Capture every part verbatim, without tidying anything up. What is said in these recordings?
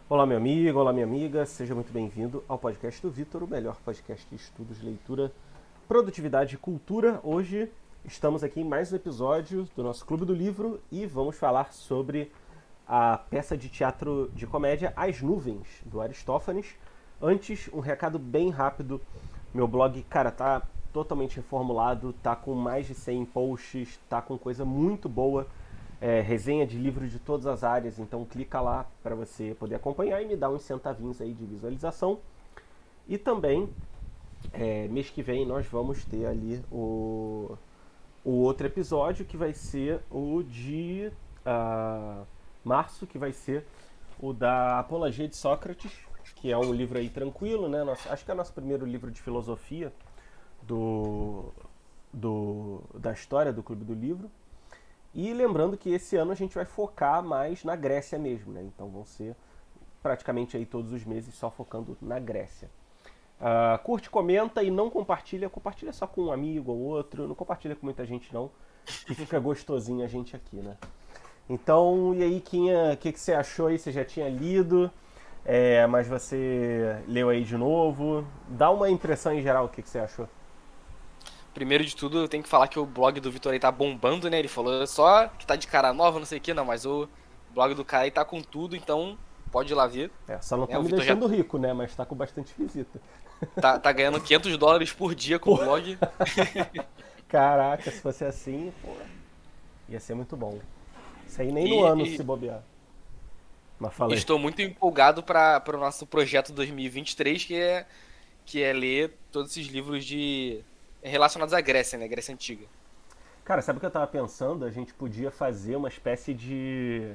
Olá, meu amigo, olá, minha amiga, seja muito bem-vindo ao podcast do Vitor, o melhor podcast de estudos, leitura, produtividade e cultura. Hoje estamos aqui em mais um episódio do nosso Clube do Livro e vamos falar sobre a peça de teatro de comédia As Nuvens, do Aristófanes. Antes, um recado bem rápido. Meu blog, cara, tá totalmente reformulado, tá com mais de cem posts, tá com coisa muito boa. É, resenha de livros de todas as áreas, então clica lá para você poder acompanhar e me dar uns centavinhos aí de visualização. E também, é, mês que vem nós vamos ter ali o, o outro episódio, que vai ser o de uh, março, que vai ser o da Apologia de Sócrates, que é um livro aí tranquilo, né? Nosso, acho que é o nosso primeiro livro de filosofia do, do, da história do Clube do Livro. E lembrando que esse ano a gente vai focar mais na Grécia mesmo, né? Então vão ser praticamente aí todos os meses só focando na Grécia. Uh, curte, comenta e não compartilha. Compartilha só com um amigo ou outro. Não compartilha com muita gente não, que fica gostosinho a gente aqui, né? Então, e aí, Quinha, o que, que você achou aí? Você já tinha lido, é, mas você leu aí de novo. Dá uma impressão em geral, o que, que você achou? Primeiro de tudo, eu tenho que falar que o blog do Vitor aí tá bombando, né? Ele falou só que tá de cara nova, não sei o que, não, mas o blog do cara aí tá com tudo, então pode ir lá ver. É, só não Né? tá O me Vitor já deixando rico, né? Mas tá com bastante visita. tá, tá ganhando quinhentos dólares por dia com o Pô, blog. caraca, se fosse assim, pô, ia ser muito bom. Isso aí nem no E, ano se e bobear. Mas falei. estou muito empolgado para o nosso projeto dois mil e vinte e três, que é, que é ler todos esses livros de relacionados à Grécia, né? Grécia Antiga. Cara, sabe o que eu tava pensando? A gente podia fazer uma espécie de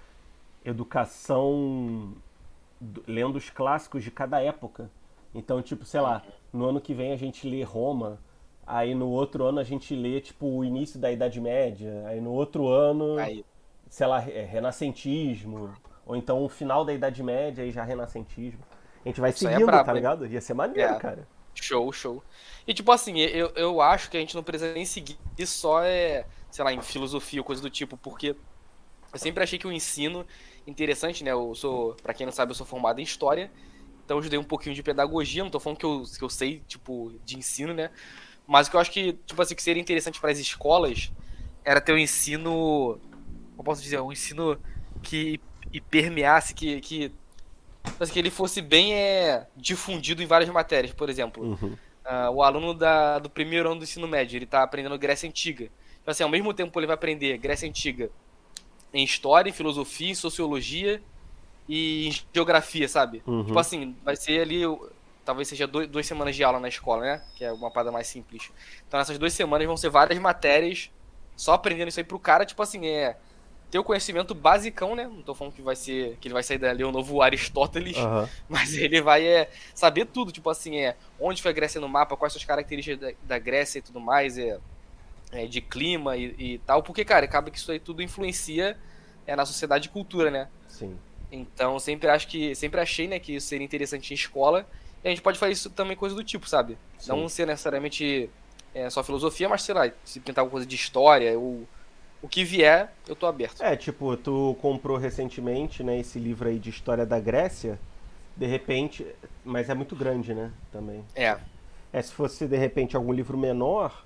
educação do- lendo os clássicos de cada época. Então, tipo, sei lá, no ano que vem a gente lê Roma, aí no outro ano a gente lê, tipo, o início da Idade Média, aí no outro ano, Aí, sei lá, é, renascentismo, ou então o final da Idade Média e já renascentismo. A gente vai isso aí é seguindo, tá brabo, hein? ligado? Ia ser maneiro, É. cara. Show, show. E tipo assim, eu, eu acho que a gente não precisa nem seguir só, é, sei lá, em filosofia ou coisa do tipo, porque eu sempre achei que o ensino interessante, né? Eu sou, pra quem não sabe, eu sou formado em história, então eu estudei um pouquinho de pedagogia, não tô falando que eu, que eu sei, tipo, de ensino, né? Mas o que eu acho que, tipo assim, que seria interessante para as escolas era ter um ensino, como posso dizer, um ensino que e permeasse, que, que, assim, que ele fosse bem é, difundido em várias matérias, por exemplo. Uhum. Ah, o aluno da, do primeiro ano do ensino médio, ele tá aprendendo Grécia Antiga. Então, assim, ao mesmo tempo ele vai aprender Grécia Antiga em História, em Filosofia, em Sociologia e em Geografia, sabe? Tipo Uhum. assim, vai ser ali, talvez seja dois, duas semanas de aula na escola, né? Que é uma parada mais simples. Então, nessas duas semanas vão ser várias matérias só aprendendo isso aí pro cara, tipo assim, é ter o conhecimento basicão, né? Não tô falando que vai ser que ele vai sair dali o novo Aristóteles, Aham. mas ele vai é, saber tudo, tipo assim, é onde foi a Grécia no mapa, quais são as características da, da Grécia e tudo mais, é, é de clima e, e tal, porque, cara, acaba que isso aí tudo influencia é, na sociedade e cultura, né? Sim. Então, sempre acho que sempre achei, né, que isso seria interessante em escola. E a gente pode fazer isso também coisa do tipo, sabe? Sim. Não ser necessariamente é, só filosofia, mas sei lá, se pintar alguma coisa de história ou o que vier, eu tô aberto. É, tipo, tu comprou recentemente, né, esse livro aí de história da Grécia, de repente, mas é muito grande, né, também. É, É, se fosse de repente algum livro menor,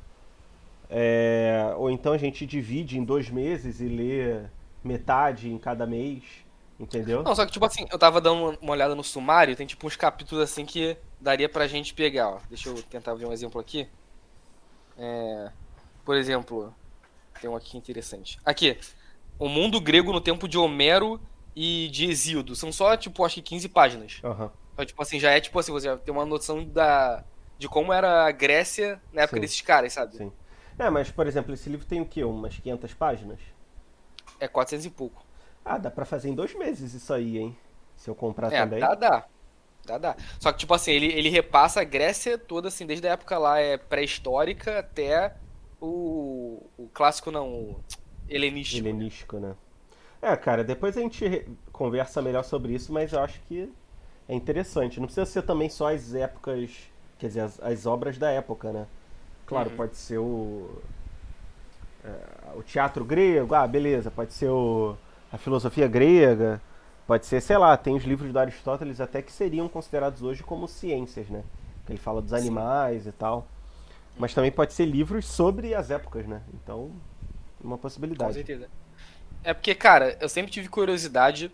é, ou então a gente divide em dois meses e lê metade em cada mês, entendeu? não, só que, tipo assim, eu tava dando uma olhada no sumário, tem tipo uns capítulos assim que daria pra gente pegar, ó. Deixa eu tentar ver um exemplo aqui. É, por exemplo, tem um aqui interessante. Aqui, o mundo grego no tempo de Homero e de Hesíodo. São só, tipo, acho que quinze páginas. Aham, Então, tipo assim, já é tipo assim, você já tem uma noção da, de como era a Grécia na época sim, desses caras, sabe? sim. É, mas por exemplo, esse livro tem o quê? Umas quinhentas páginas? É quatrocentos e pouco. Ah, dá pra fazer em dois meses isso aí, hein? Se eu comprar É, também. dá, dá. Dá, dá. Só que, tipo assim, ele, ele repassa a Grécia toda, assim, desde a época lá é pré-histórica até o, o clássico, não, o helenístico, né? Helenístico, né? É, cara, depois a gente re- conversa melhor sobre isso, mas eu acho que é interessante. Não precisa ser também só as épocas, quer dizer, as, as obras da época, né? Claro, Uhum. pode ser o, o teatro grego, ah, beleza, pode ser o, a filosofia grega, Pode ser, sei lá, tem os livros do Aristóteles até que seriam considerados hoje como ciências, né? Que ele fala dos Sim. animais e tal. Mas também pode ser livros sobre as épocas, né? Então, uma Com possibilidade. certeza. É porque, cara, eu sempre tive curiosidade,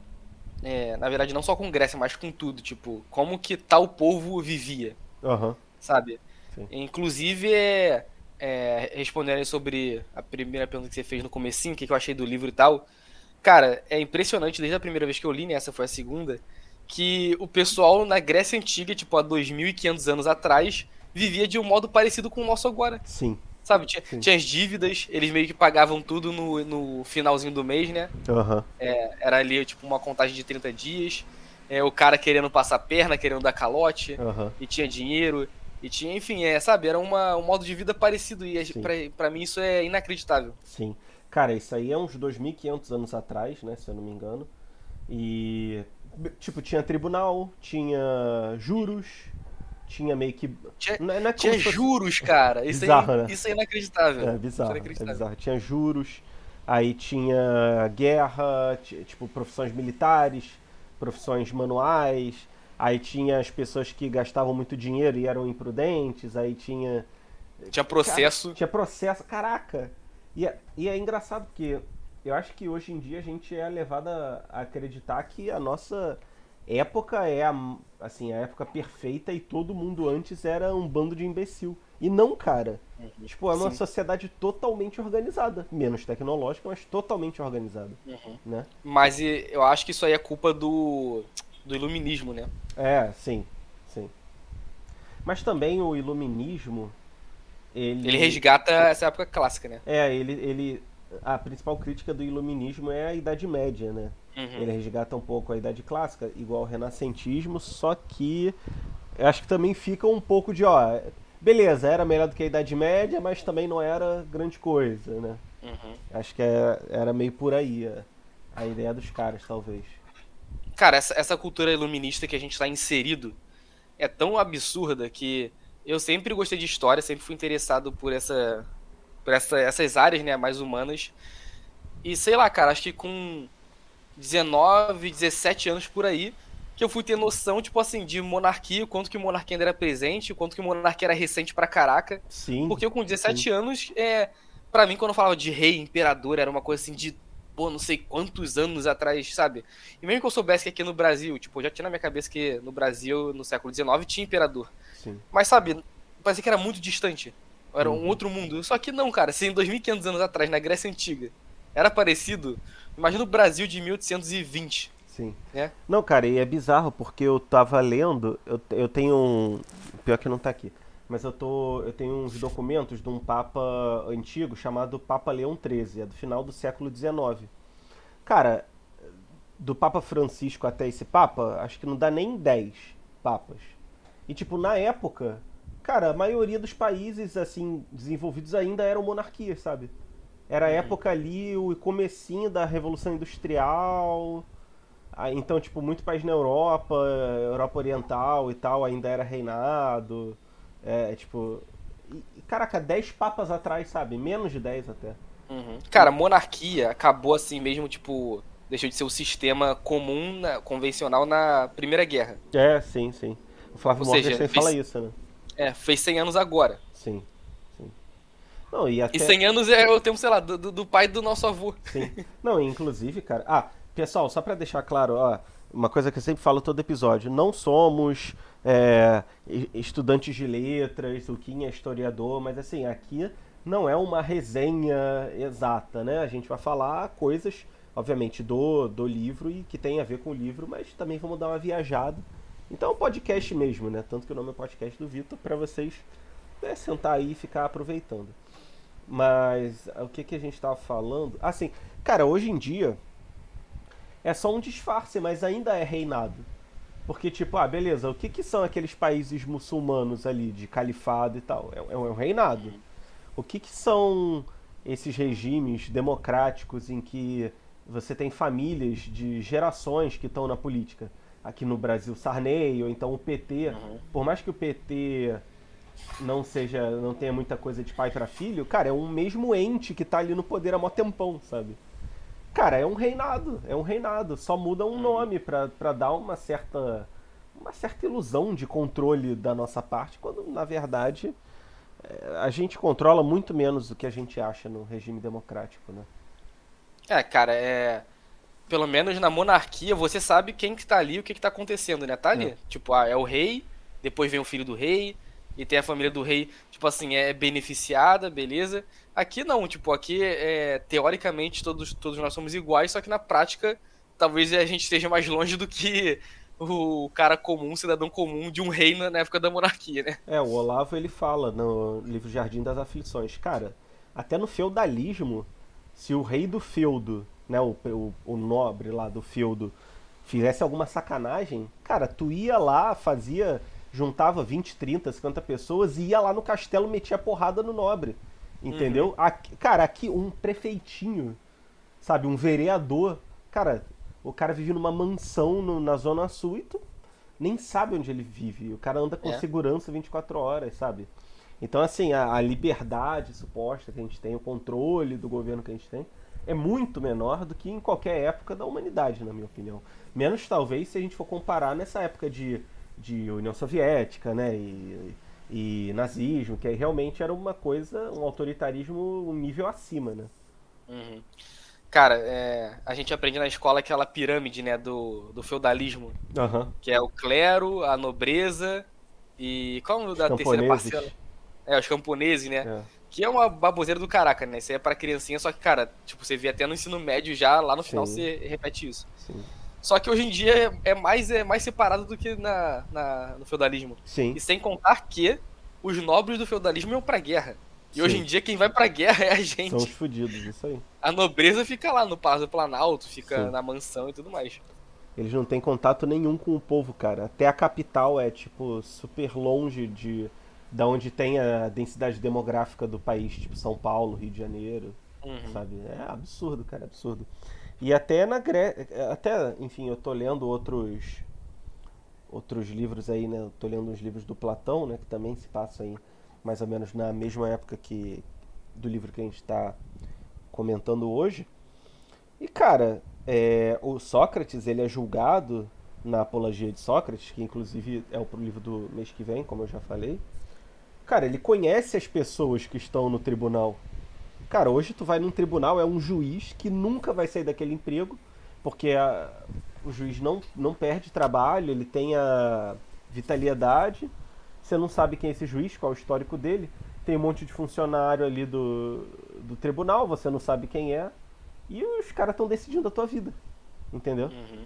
é, na verdade, não só com Grécia, mas com tudo, tipo, como que tal povo vivia, Aham, sabe? sim. Inclusive, é, é, respondendo aí sobre a primeira pergunta que você fez no comecinho, o que, que eu achei do livro e tal, cara, é impressionante, desde a primeira vez que eu li, né, essa foi a segunda, que o pessoal na Grécia Antiga, tipo, há dois mil e quinhentos anos atrás, vivia de um modo parecido com o nosso agora. Sim, Sabe, tinha, sim. tinha as dívidas, eles meio que pagavam tudo no, no finalzinho do mês, né? Aham, É, era ali, tipo, uma contagem de trinta dias. É, o cara querendo passar perna, querendo dar calote, aham, e tinha dinheiro, e tinha, enfim, é, sabe, era uma, um modo de vida parecido, e a- sim, pra, pra mim isso é inacreditável. sim. Cara, isso aí é uns dois mil e quinhentos anos atrás, né? Se eu não me engano. E, tipo, tinha tribunal, tinha juros, tinha meio que. Tinha, Não é, não é como tinha se fosse. juros, cara, isso é, Bizarro, né? isso é inacreditável. É Isso é bizarro, é inacreditável. bizarro. Tinha juros, aí tinha guerra, ti- tipo, profissões militares, profissões manuais, aí tinha as pessoas que gastavam muito dinheiro e eram imprudentes, aí tinha. Tinha Cara, processo. tinha processo, caraca! E é, e é engraçado porque eu acho que hoje em dia a gente é levado a a acreditar que a nossa época é a, assim, a época perfeita e todo mundo antes era um bando de imbecil. E não, cara. Uhum. Tipo, é uma Sim. sociedade totalmente organizada. Menos tecnológica, mas totalmente organizada, Uhum. né? Mas e, eu acho que isso aí é culpa do, do iluminismo, né? É, sim, sim. Mas também o iluminismo, Ele ele resgata essa época clássica, né? É, ele, ele. A principal crítica do iluminismo é a Idade Média, né? Uhum. Ele resgata um pouco a Idade Clássica, igual ao Renascentismo, só que eu acho que também fica um pouco de, ó, beleza, era melhor do que a Idade Média, mas também não era grande coisa, né? Uhum. Acho que é- era meio por aí a, a ideia dos caras, talvez. Cara, essa, essa cultura iluminista que a gente tá inserido é tão absurda que eu sempre gostei de história, sempre fui interessado por essa, por essa, essas áreas, né, mais humanas. E sei lá, cara, acho que com dezenove, dezessete anos por aí, que eu fui ter noção, tipo assim, de monarquia, o quanto que monarquia ainda era presente, o quanto que monarquia era recente pra caraca. Sim, Porque eu com sim. dezessete anos, é, pra mim, quando eu falava de rei, imperador, era uma coisa assim de, pô, não sei quantos anos atrás, sabe? E mesmo que eu soubesse que aqui no Brasil, tipo, eu já tinha na minha cabeça que no Brasil, no século dezenove, tinha imperador. Sim. Mas, sabe, parecia que era muito distante. Era um Uhum. outro mundo. Só que não, cara, se em dois mil e quinhentos anos atrás, na Grécia Antiga, era parecido, imagina o Brasil de mil oitocentos e vinte, Sim. né? Não, cara, e é bizarro porque eu tava lendo, eu, eu tenho um. Pior que não tá aqui. Mas eu tô. Eu tenho uns documentos de um Papa antigo chamado Papa Leão treze, é do final do século dezenove. Cara, do Papa Francisco até esse Papa, acho que não dá nem dez papas. E tipo, na época, cara, a maioria dos países assim desenvolvidos ainda eram monarquias, sabe? Era a Uhum. época ali, o comecinho da Revolução Industrial. Ah, então, tipo, muito país na Europa, Europa Oriental e tal, ainda era reinado. É, tipo. E, caraca, dez papas atrás, sabe? Menos de dez até. Uhum. E- Cara, monarquia acabou assim mesmo, tipo, deixou de ser o sistema comum, na- convencional na Primeira Guerra. É, sim, sim. O Flávio Ou seja, Morgenstern fala fez, isso, né? é, fez cem anos agora. Sim, sim. Não, e E até. cem anos é o tempo, sei lá, do, do do pai do nosso avô. Sim. Não, e inclusive, cara. Ah, pessoal, só pra deixar claro, ó, uma coisa que eu sempre falo todo episódio: não somos é, e- estudantes de letras, o Kim é historiador, mas assim, aqui não é uma resenha exata, né? A gente vai falar coisas, obviamente, do, do livro e que tem a ver com o livro, mas também vamos dar uma viajada. Então é um podcast mesmo, né? Tanto que o nome é podcast do Vitor, pra vocês né, sentar aí e ficar aproveitando. Mas o que, que a gente tava falando? Assim, cara, hoje em dia é só um disfarce, mas ainda é reinado. Porque, tipo, ah, beleza, o que, que são aqueles países muçulmanos ali, de califado e tal? É, é um reinado. O que, que são esses regimes democráticos em que você tem famílias de gerações que estão na política? Aqui no Brasil, Sarney, ou então o P T. Uhum. Por mais que o P T não seja, não tenha muita coisa de pai pra filho, cara, é um mesmo ente que tá ali no poder há mó tempão, sabe? Cara, é um reinado, é um reinado. Só muda um Uhum. nome pra, pra dar uma certa, uma certa ilusão de controle da nossa parte, quando na verdade é, a gente controla muito menos do que a gente acha no regime democrático, né? É, cara, é. Pelo menos na monarquia, você sabe quem que tá ali, o que que tá acontecendo, né? Tá É. ali. Tipo, ah, é o rei, depois vem o filho do rei, e tem a família do rei, tipo assim, é beneficiada, beleza. Aqui não, tipo, aqui é, teoricamente todos, todos nós somos iguais, só que na prática talvez a gente esteja mais longe do que o cara comum, cidadão comum de um rei na na época da monarquia, né? É, o Olavo ele fala no livro Jardim das Aflições, cara, até no feudalismo, se o rei do feudo, né, o, o, o nobre lá do feudo, fizesse alguma sacanagem, cara, tu ia lá, fazia, juntava vinte, trinta, cinquenta pessoas e ia lá no castelo metia porrada no nobre, Uhum. entendeu? Aqui, cara, aqui um prefeitinho, sabe, um vereador, cara, o cara vive numa mansão no- na Zona Sul e tu nem sabe onde ele vive. O cara anda com É. segurança vinte e quatro horas, sabe? Então, assim, a, a liberdade suposta que a gente tem, o controle do governo que a gente tem, é muito menor do que em qualquer época da humanidade, na minha opinião. Menos, talvez, se a gente for comparar nessa época de, de União Soviética, né? E, e nazismo, que aí realmente era uma coisa, um autoritarismo um nível acima, né? Uhum. Cara, é, a gente aprende na escola aquela pirâmide, né, do, do feudalismo, Aham. que é o clero, a nobreza e qual é o nome Os da terceira camponeses. parcela? É, os camponeses, né? É, Que é uma baboseira do caraca, né? Isso aí é pra criancinha, só que, cara, tipo, você vê até no ensino médio já, lá no final sim, você repete isso. sim. Só que hoje em dia é é mais, é mais separado do que na, na- no feudalismo. Sim, E sem contar que os nobres do feudalismo iam pra guerra. E hoje sim. em dia quem vai pra guerra é a São os gente. fudidos, isso aí. A nobreza fica lá no Palácio do Planalto, fica Sim. na mansão e tudo mais. Eles não têm contato nenhum com o povo, cara. Até a capital é, tipo, super longe de da onde tem a densidade demográfica do país, tipo São Paulo, Rio de Janeiro, Uhum. sabe? É absurdo, cara, absurdo. E até na Grécia, até, enfim, eu tô lendo outros outros livros aí, né? Eu tô lendo uns livros do Platão, né, que também se passam aí mais ou menos na mesma época que do livro que a gente está comentando hoje. E, cara, é, o Sócrates, ele é julgado na Apologia de Sócrates, que inclusive é o pro livro do mês que vem, como eu já falei. Cara, ele conhece as pessoas que estão no tribunal. Cara, hoje tu vai num tribunal, é um juiz que nunca vai sair daquele emprego, porque a- o juiz não, não perde trabalho, ele tem a vitalidade. Você não sabe quem é esse juiz, qual é o histórico dele. Tem um monte de funcionário ali do, do tribunal, você não sabe quem é. E os caras estão decidindo a tua vida, entendeu? Uhum.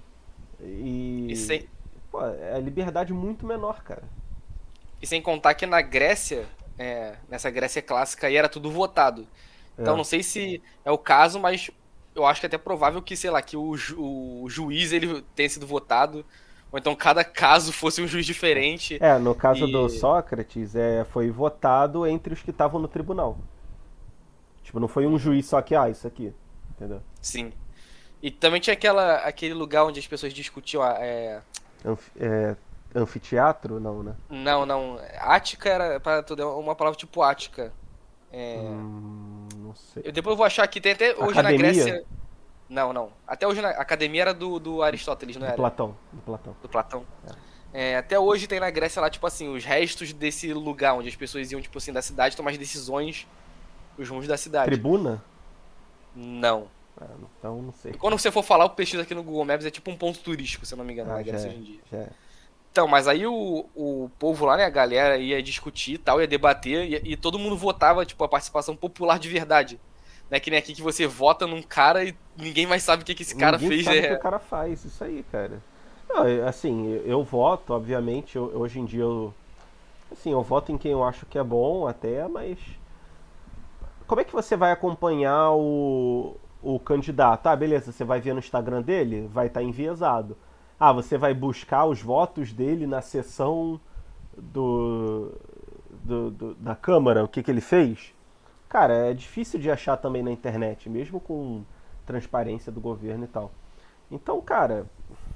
E E, sem, pô, é a liberdade muito menor, cara. e sem contar que na Grécia, é, nessa Grécia clássica aí era tudo votado. Então É. não sei se é o caso, mas eu acho que é até provável que, sei lá, que o, ju- o juiz ele tenha sido votado, ou então cada caso fosse um juiz diferente. É, no caso do E. Sócrates, é, foi votado entre os que estavam no tribunal. Tipo, não foi um Uhum, juiz só que, ah, isso aqui, entendeu? sim. E também tinha aquela, aquele lugar onde as pessoas discutiam. a- É, Anf- é, anfiteatro, não, né? não, não. Ática era para tudo, é uma palavra tipo Ática. É, Hum, não sei. eu depois eu vou achar aqui, tem até hoje na Academia Grécia. Não, não. Até hoje na a academia era do, do Aristóteles, não do era? Platão, do Platão. Do Platão. É, até hoje tem na Grécia lá, tipo assim, os restos desse lugar onde as pessoas iam, tipo assim, da cidade tomar as decisões, os rumos da cidade. Tribuna? Não. Ah, então não sei. E quando você for falar, o pesquisa aqui no Google Maps é tipo um ponto turístico, se eu não me engano, Ah, na já Grécia é, hoje em dia. já é. Então, mas aí o, o povo lá, né, a galera ia discutir e tal, ia debater, e, e todo mundo votava, tipo, a participação popular de verdade. Não é que nem aqui que você vota num cara e ninguém mais sabe o que, que esse cara Ninguém fez. sabe o que o É... cara faz, isso aí, cara. Não, eu- assim, eu, eu voto, obviamente, eu- hoje em dia eu. Assim, eu voto em quem eu acho que é bom até, mas. Como é que você vai acompanhar o, o candidato? Ah, beleza, você vai ver no Instagram dele, vai estar enviesado. Ah, você vai buscar os votos dele na sessão do, do- do- da Câmara, o que, que ele fez? Cara, é difícil de achar também na internet, mesmo com transparência do governo e tal. Então, cara,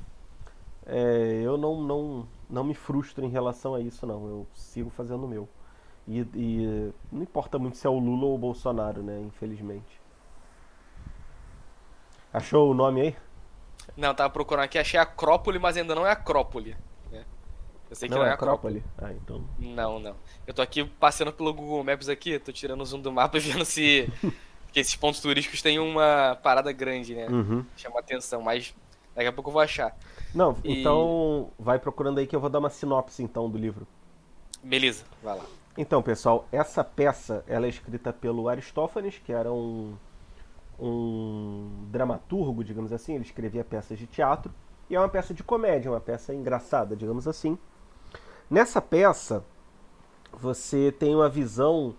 é, eu não, não, não me frustro em relação a isso, não. Eu sigo fazendo o meu. E, e não importa muito se é o Lula ou o Bolsonaro, né? Infelizmente. Achou o nome aí? Não, tava procurando aqui, achei Acrópole, mas ainda não é Acrópole. Né? Eu sei que Não não é é Acrópole. Acrópole? Ah, então. Não, não. Eu tô aqui passeando pelo Google Maps aqui, tô tirando o zoom do mapa e vendo se que esses pontos turísticos têm uma parada grande, né? Uhum. Chama atenção, mas daqui a pouco eu vou achar. Não, E. então vai procurando aí que eu vou dar uma sinopse então do livro. Beleza, vai lá. Então, pessoal, essa peça ela é escrita pelo Aristófanes, que era um, um dramaturgo, digamos assim. Ele escrevia peças de teatro e é uma peça de comédia, uma peça engraçada, digamos assim. Nessa peça, você tem uma visão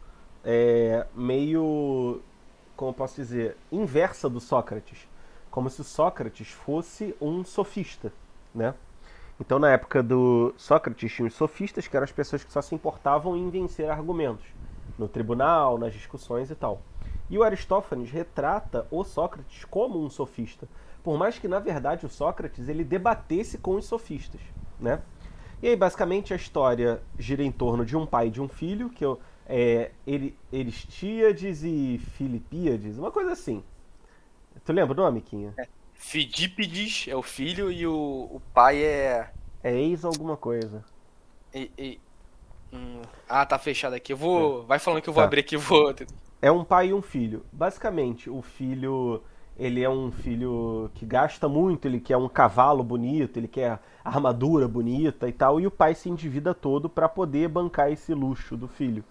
é, meio, como eu posso dizer, inversa do Sócrates. Como se o Sócrates fosse um sofista, né? Então, na época do Sócrates, tinha os sofistas, que eram as pessoas que só se importavam em vencer argumentos, no tribunal, nas discussões e tal. E o Aristófanes retrata o Sócrates como um sofista, por mais que, na verdade, o Sócrates ele debatesse com os sofistas, né? E aí, basicamente, a história gira em torno de um pai e de um filho, que é Eristíades e Filipíades, uma coisa assim. Tu lembra o nome, Quinha? Fidípides é o filho e o, o pai é. É ex alguma coisa. E, e- hum, Ah, tá fechado aqui. Eu vou. Vai falando que eu vou Tá. abrir aqui, eu vou. É um pai e um filho. Basicamente, o filho, ele é um filho que gasta muito, ele quer um cavalo bonito, ele quer armadura bonita e tal, e o pai se endivida todo para poder bancar esse luxo do filho.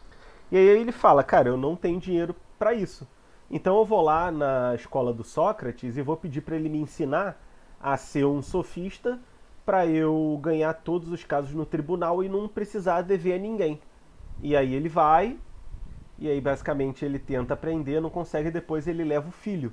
E aí ele fala, cara, eu não tenho dinheiro para isso. Então eu vou lá na escola do Sócrates e vou pedir para ele me ensinar a ser um sofista para eu ganhar todos os casos no tribunal e não precisar dever a ninguém. E aí ele vai, e aí basicamente ele tenta aprender, não consegue, depois ele leva o filho.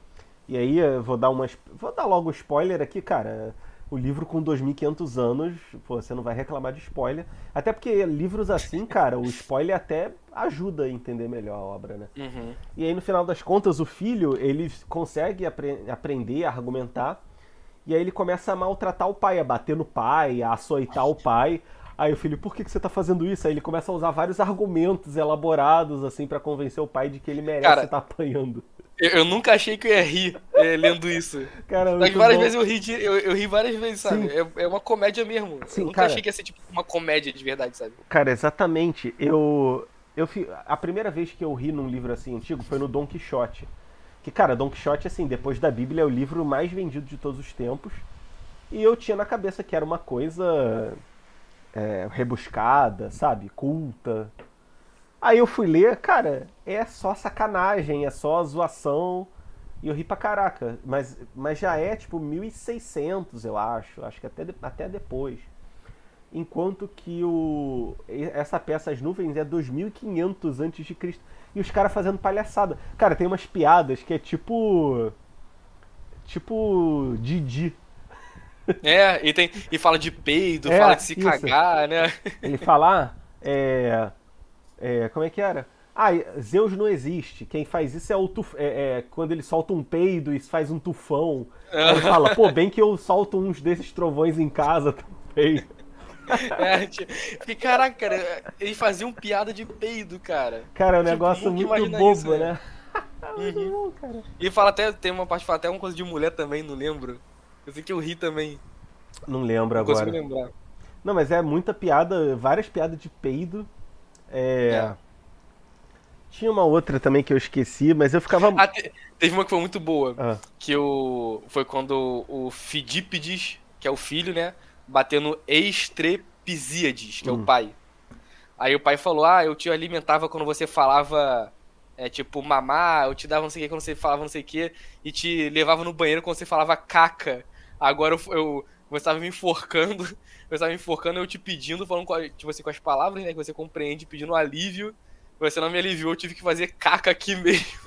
E aí eu vou dar umas, vou dar logo spoiler aqui, cara. O livro com dois mil e quinhentos anos, pô, você não vai reclamar de spoiler. Até porque livros assim, cara, o spoiler até ajuda a entender melhor a obra, né? Uhum. E aí no final das contas o filho, ele consegue apre- aprender a argumentar. E aí ele começa a maltratar o pai, a bater no pai, a açoitar o pai. Aí o filho, por que, que você tá fazendo isso? Aí ele começa a usar vários argumentos elaborados, assim, pra convencer o pai de que ele merece Cara, estar apanhando. eu, eu nunca achei que eu ia rir é, lendo isso. Cara, Só que muito várias bom. vezes eu ri, de, eu, eu ri várias vezes, sabe? Sim. É, é uma comédia mesmo. Sim, eu nunca cara. achei que ia ser tipo uma comédia de verdade, sabe? Cara, exatamente. Eu, eu fi- a primeira vez que eu ri num livro assim antigo foi no Dom Quixote. Que, cara, Dom Quixote, assim, depois da Bíblia, é o livro mais vendido de todos os tempos. E eu tinha na cabeça que era uma coisa é, rebuscada, sabe? Culta. Aí eu fui ler, cara, é só sacanagem, é só zoação. E eu ri pra caraca. Mas, mas já é tipo mil e seiscentos, eu acho. Acho que até, de- até depois. Enquanto que o essa peça As Nuvens é dois mil e quinhentos antes de Cristo. E os caras fazendo palhaçada. Cara, tem umas piadas que é tipo tipo Didi. É, e, tem, e fala de peido, É, fala de se isso. cagar, né? Ele fala, ah, é, é, como é que era? Ah, Zeus não existe. Quem faz isso é o tuf, é, é, quando ele solta um peido e faz um tufão. Aí ele fala, pô, bem que eu solto uns desses trovões em casa também. É, tipo, porque, caraca, cara, eles faziam piada de peido, cara. Cara, é um Tipo, negócio nunca muito imaginei bobo, isso, né? né? Muito bom, cara. E fala até, tem uma parte que fala até uma coisa de mulher também, não lembro. Eu sei que eu ri também, Não lembro não consigo agora. lembrar. Não, mas é muita piada, várias piadas de peido. É... É. Tinha uma outra também que eu esqueci, mas eu ficava. Ah, te- teve uma que foi muito boa, Ah, que o, foi quando o Fidípides, que é o filho, né, bateu no Estrepizíades, que é o Hum. pai. Aí o pai falou, ah, eu te alimentava quando você falava, é, tipo, mamar, eu te dava não sei o que quando você falava não sei o que, e te levava no banheiro quando você falava caca. Agora eu, eu você estava me enforcando, você estava me enforcando, eu te pedindo, falando com, a- tipo assim, com as palavras, né, que você compreende, pedindo alívio. Você não me aliviou, eu tive que fazer caca aqui mesmo.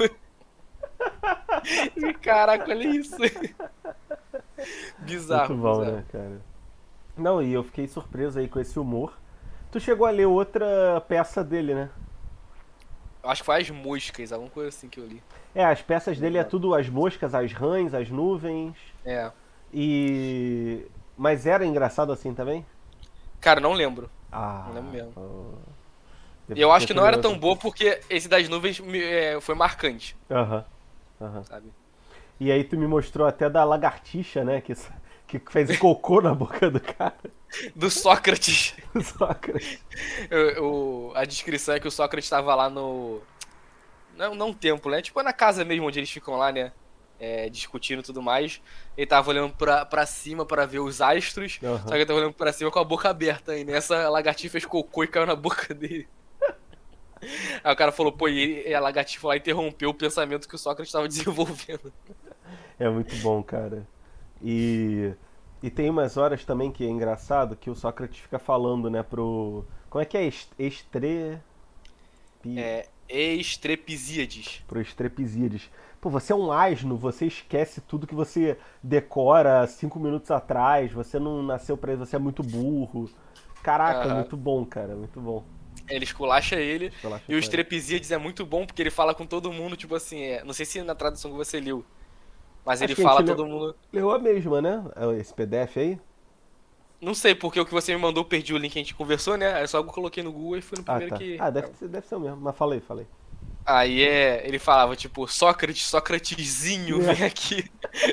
E, caraca, olha isso. Bizarro, muito bom, bizarro. né, cara? Não, e eu fiquei surpreso aí com esse humor. Tu chegou a ler outra peça dele, né? Eu acho que foi as moscas, alguma coisa assim que eu li. É, as peças dele é tudo as moscas, as rãs, as nuvens. É. E. Mas era engraçado assim também? Cara, não lembro. Ah. Não lembro mesmo. pô. E eu acho Depois que não era eu- tão boa porque esse das nuvens me- é, foi marcante, Aham. Aham. sabe? E aí tu me mostrou até da lagartixa, né? Que, que fez cocô na boca do cara. Do Sócrates. Sócrates. Eu- o- a descrição é que o Sócrates estava lá no. Não, não um templo, né? Tipo na casa mesmo onde eles ficam lá, né? É, discutindo e tudo mais. Ele tava olhando pra, pra cima pra ver os astros. Aham. Só que ele tava olhando pra cima com a boca aberta ainda. E essa lagartixa fez cocô e caiu na boca dele. Aí o cara falou, pô, e ele- e a lagartixa lá interrompeu o pensamento que o Sócrates estava desenvolvendo. É muito bom, cara. E, e tem umas horas também que é engraçado que o Sócrates fica falando, né, pro. Como é que é? Est- Estre. Pi- É, Estrepizíades. Pro Estrepizíades. Pô, você é um asno, você esquece tudo que você decora cinco minutos atrás, você não nasceu pra isso, você é muito burro. Caraca, Aham. muito bom, cara, muito bom. Ele esculacha ele. Esculacha E o com ele. Estrepizíades é muito bom porque ele fala com todo mundo, tipo assim, é, não sei se na tradução que você leu, mas ele Acho que a gente fala leu- todo mundo. Leu a mesma, né? Esse P D F aí? Não sei, porque o que você me mandou, eu perdi o link que a gente conversou, né? Aí só eu coloquei no Google e fui no Ah, primeiro tá. que. Ah, deve ser, deve ser o mesmo, mas falei, falei. Aí é. Ele falava, tipo, Sócrates, Sócratesinho, É. vem aqui.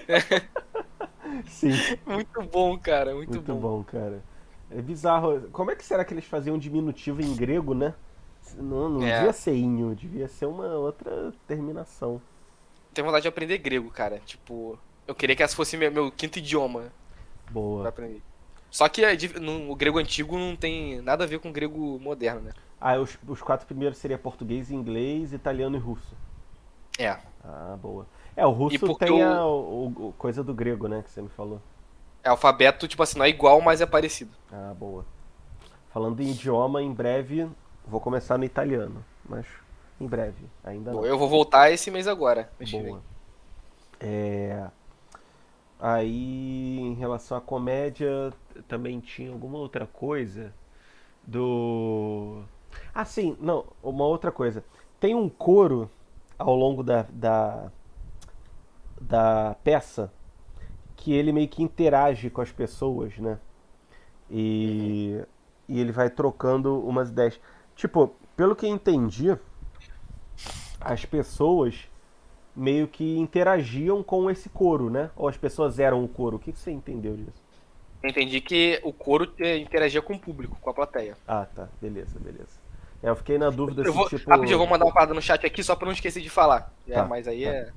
Sim, Muito bom, cara, muito, muito bom. bom, cara. É bizarro. Como é que será que eles faziam diminutivo em grego, né? Não, não É. devia ser inho, devia ser uma outra terminação. Tenho vontade de aprender grego, cara. Tipo, eu queria que essa fosse meu, meu quinto idioma pra Boa. aprender. Só que é dif- no- o grego antigo não tem nada a ver com o grego moderno, né? Ah, os, os quatro primeiros seria português, inglês, italiano e russo. É. Ah, boa. É, o russo porque tem o- a o- o- coisa do grego, né, que você me falou. É alfabeto, tipo assim, não é igual, mas é parecido. Ah, boa. Falando em idioma, em breve vou começar no italiano, mas em breve, ainda Bom, não. eu vou voltar esse mês agora. mês que vem. Boa. É, aí, em relação à comédia, também tinha alguma outra coisa do. Ah, sim, não, uma outra coisa. Tem um coro ao longo da, da, da peça que ele meio que interage com as pessoas, né? E, e ele vai trocando umas ideias. Tipo, pelo que eu entendi, as pessoas meio que interagiam com esse coro, né? Ou as pessoas eram o coro. O que que você entendeu disso? Eu entendi que o coro é, interagia com o público, com a plateia. Ah, tá. Beleza, beleza. É, eu fiquei na dúvida Eu se vou, tipo. rapidinho, eu vou mandar uma parada no chat aqui só pra não esquecer de falar. É, Tá, mas aí tá. é.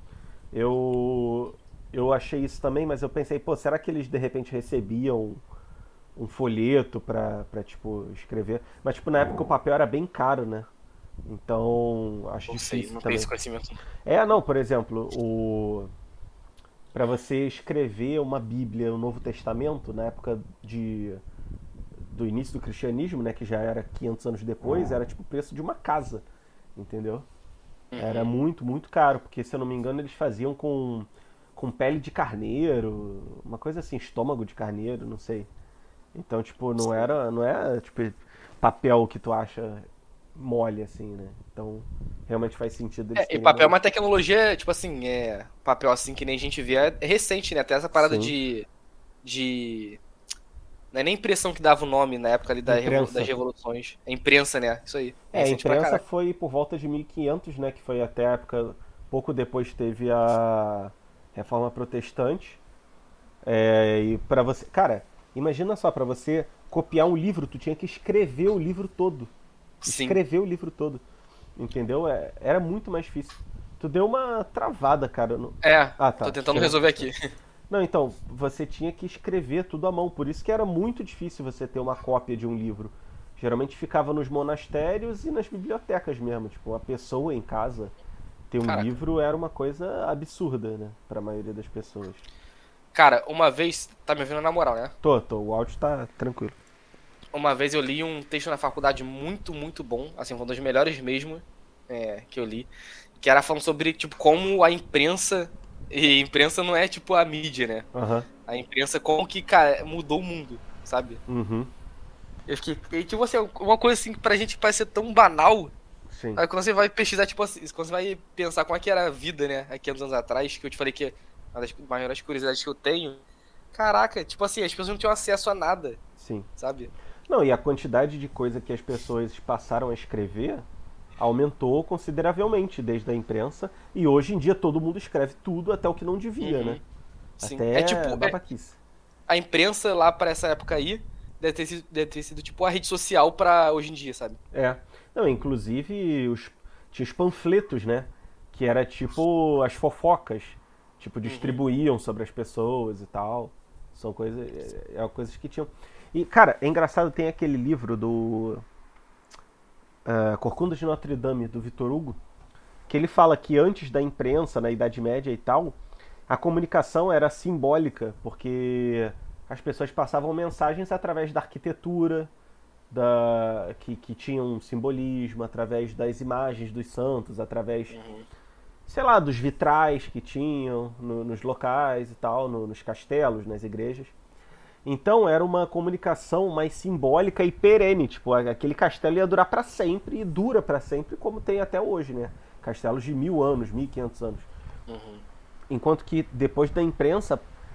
Eu eu achei isso também, mas eu pensei, pô, será que eles de repente recebiam um folheto pra, pra tipo, escrever? Mas, tipo, na época o papel era bem caro, né? Então, acho Não sei, difícil não tenho também. esse conhecimento. É, não, por exemplo, o para você escrever uma Bíblia, o Novo Testamento, na época de do início do cristianismo, né, que já era quinhentos anos depois, era tipo o preço de uma casa, entendeu? Era muito, muito caro, porque se eu não me engano eles faziam com, com pele de carneiro, uma coisa assim, estômago de carneiro, não sei. Então, tipo, não era, não é tipo papel que tu acha mole assim, né? Então, realmente faz sentido eles É, e terem papel é uma- uma tecnologia, tipo assim, é. Papel assim que nem a gente vê é recente, né? Até essa parada Sim. de. De. Não é nem impressão que dava o nome na época ali da revolu- Imprensa. das revoluções. É imprensa, né? Isso aí. É, a recente pra imprensa caraca. foi por volta de mil e quinhentos, né, que foi até a época, pouco depois teve a Reforma Protestante. É, e para você, cara, imagina só, para você copiar um livro, tu tinha que escrever o livro todo. Sim. Escrever o livro todo. Entendeu? É, era muito mais difícil. Tu deu uma travada, cara. no- É, Ah, tá. tô tentando Escreve- resolver aqui. Não, então, você tinha que escrever tudo à mão, por isso que era muito difícil você ter uma cópia de um livro. Geralmente ficava nos monastérios e nas bibliotecas mesmo, tipo, uma pessoa em casa ter um Caraca. livro era uma coisa absurda, né, pra maioria das pessoas. Cara, uma vez. Tá me ouvindo na moral, né? Tô, tô, o áudio tá tranquilo. Uma vez eu li um texto na faculdade muito, muito bom. Assim, foi um dos melhores mesmo é, que eu li. Que era falando sobre, tipo, como a imprensa. E imprensa não é tipo a mídia, né? Aham, A imprensa, como que, cara, mudou o mundo, sabe? uhum, Eu fiquei. E tipo assim, uma coisa assim que pra gente parece ser tão banal. sim. Aí quando você vai pesquisar, tipo assim, quando você vai pensar como é que era a vida, né? Há quinhentos anos atrás, que eu te falei que é uma das maiores curiosidades que eu tenho. Caraca, tipo assim, as pessoas não tinham acesso a nada, Sim. sabe? Não, e a quantidade de coisa que as pessoas passaram a escrever aumentou consideravelmente desde a imprensa, e hoje em dia todo mundo escreve tudo, até o que não devia, Uhum. né? Sim. Até É tipo, é- babaquice. a imprensa lá pra essa época aí deve ter sido, deve ter sido tipo a rede social pra hoje em dia, sabe? É. Não, inclusive os, tinha os panfletos, né? Que era tipo as fofocas. Tipo, Uhum. distribuíam sobre as pessoas e tal. São coisas. É, é coisas que tinham. E, cara, é engraçado, tem aquele livro do uh, Corcunda de Notre Dame, do Vitor Hugo, que ele fala que antes da imprensa, na Idade Média e tal, a comunicação era simbólica, porque as pessoas passavam mensagens através da arquitetura, da, que, que tinha um simbolismo, através das imagens dos santos, através, Uhum. sei lá, dos vitrais que tinham no, nos locais e tal, no, nos castelos, nas igrejas. Então era uma comunicação mais simbólica e perene, tipo, aquele castelo ia durar para sempre e dura para sempre, como tem até hoje, né? Castelos de mil anos, mil e quinhentos anos. Uhum. Enquanto que depois da imprensa,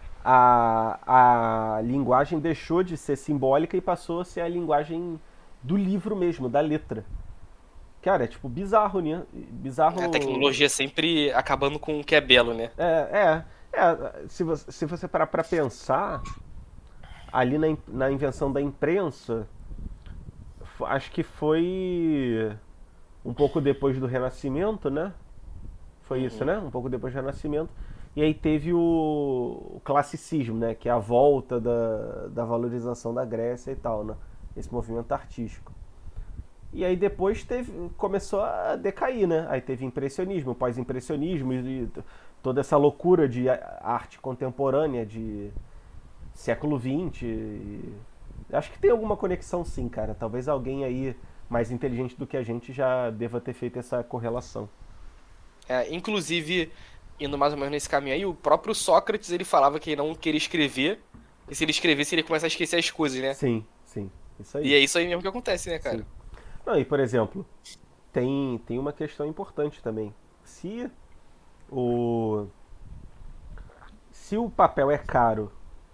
a, a linguagem deixou de ser simbólica e passou a ser a linguagem do livro mesmo, da letra. Cara, é tipo bizarro, né? A Bizarro. tecnologia sempre acabando com o que é belo, né? É, é, é se, você, se você parar pra pensar, ali na, na invenção da imprensa, acho que foi um pouco depois do Renascimento, né? Foi isso, Uhum. né? Um pouco depois do Renascimento. E aí teve o, o classicismo, né? Que é a volta da, da valorização da Grécia e tal, né? Esse movimento artístico. E aí depois teve, começou a decair, né? Aí teve impressionismo, pós-impressionismo e toda essa loucura de arte contemporânea de século vinte. E acho que tem alguma conexão sim, cara. Talvez alguém aí mais inteligente do que a gente já deva ter feito essa correlação. É, inclusive, indo mais ou menos nesse caminho aí, o próprio Sócrates ele falava que ele não queria escrever, e se ele escrevesse ele ia começar a esquecer as coisas, né? Sim, sim. Isso E aí. é isso aí mesmo que acontece, né, Sim. cara? Não, e por exemplo, tem, tem uma questão importante também. Se o, se o papel é caro,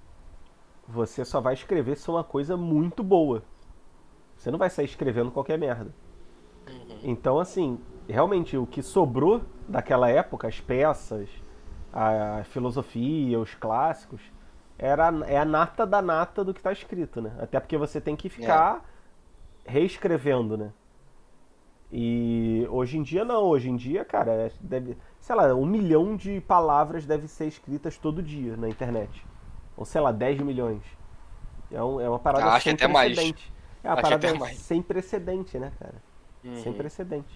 você só vai escrever se é uma coisa muito boa. Você não vai sair escrevendo qualquer merda. Uhum. Então, assim, realmente o que sobrou daquela época, as peças, a filosofia, os clássicos, era, é a nata da nata do que está escrito, né? Até porque você tem que É. ficar reescrevendo, né? E hoje em dia não, hoje em dia, cara, é- deve, sei lá, um milhão de palavras devem ser escritas todo dia na internet. Ou sei lá, dez milhões. É, um- é uma parada Ah, acho que sem até mais. precedente. É uma Acho que até parada mais. sem precedente, né, cara? Sem Uhum. precedente.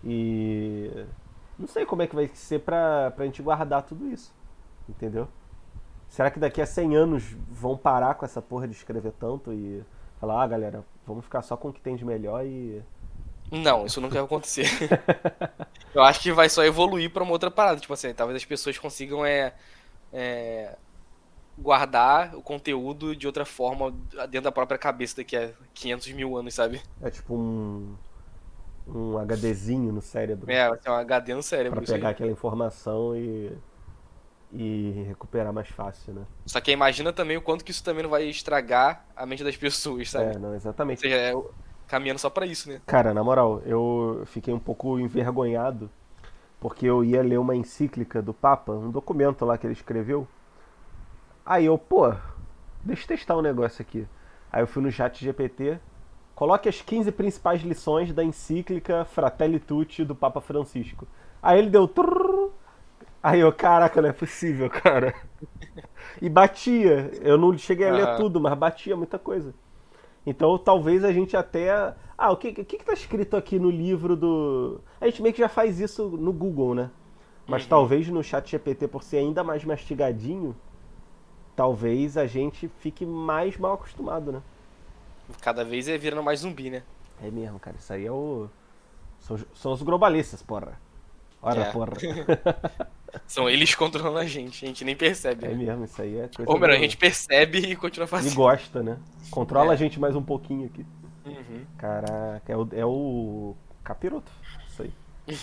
E não sei como é que vai ser pra, pra gente guardar tudo isso. Entendeu? Será que daqui a cem anos vão parar com essa porra de escrever tanto e falar, ah, galera, vamos ficar só com o que tem de melhor e. Não, isso nunca vai acontecer. Eu acho que vai só evoluir pra uma outra parada. Tipo assim, talvez as pessoas consigam é, é, guardar o conteúdo de outra forma dentro da própria cabeça daqui a quinhentos mil anos, sabe? É tipo um, um HDzinho no cérebro É, vai ser um H D no pra cérebro, isso pegar aí. aquela informação e, e recuperar mais fácil, né? Só que imagina também o quanto que isso também não vai estragar a mente das pessoas, sabe? É, não, Ou exatamente. seja, é o- caminhando só pra isso, né? Cara, na moral, eu fiquei um pouco envergonhado porque eu ia ler uma encíclica do Papa, um documento lá que ele escreveu. Aí eu, pô, deixa eu testar um negócio aqui. Aí eu fui no chat G P T, coloque as quinze principais lições da encíclica Fratelli Tutti do Papa Francisco. Aí ele deu trrr. Aí eu, caraca, não é possível, cara. E batia. Eu não cheguei a ler Aham. tudo, mas batia muita coisa. Então talvez a gente até. Ah, o que, o que que tá escrito aqui no livro do. A gente meio que já faz isso no Google, né? Mas Uhum. talvez no chat G P T, por ser ainda mais mastigadinho, talvez a gente fique mais mal acostumado, né? Cada vez é virando mais zumbi, né? É mesmo, cara. Isso aí é o. São, são os globalistas, porra. Ora, É. porra. São eles controlando a gente, a gente nem percebe, É né? mesmo, isso aí é Ou coisa melhor, a do. gente percebe e continua E fazendo. gosta, né? Controla a É. gente mais um pouquinho aqui. Uhum. Caraca, é o, é o capiroto. Isso aí.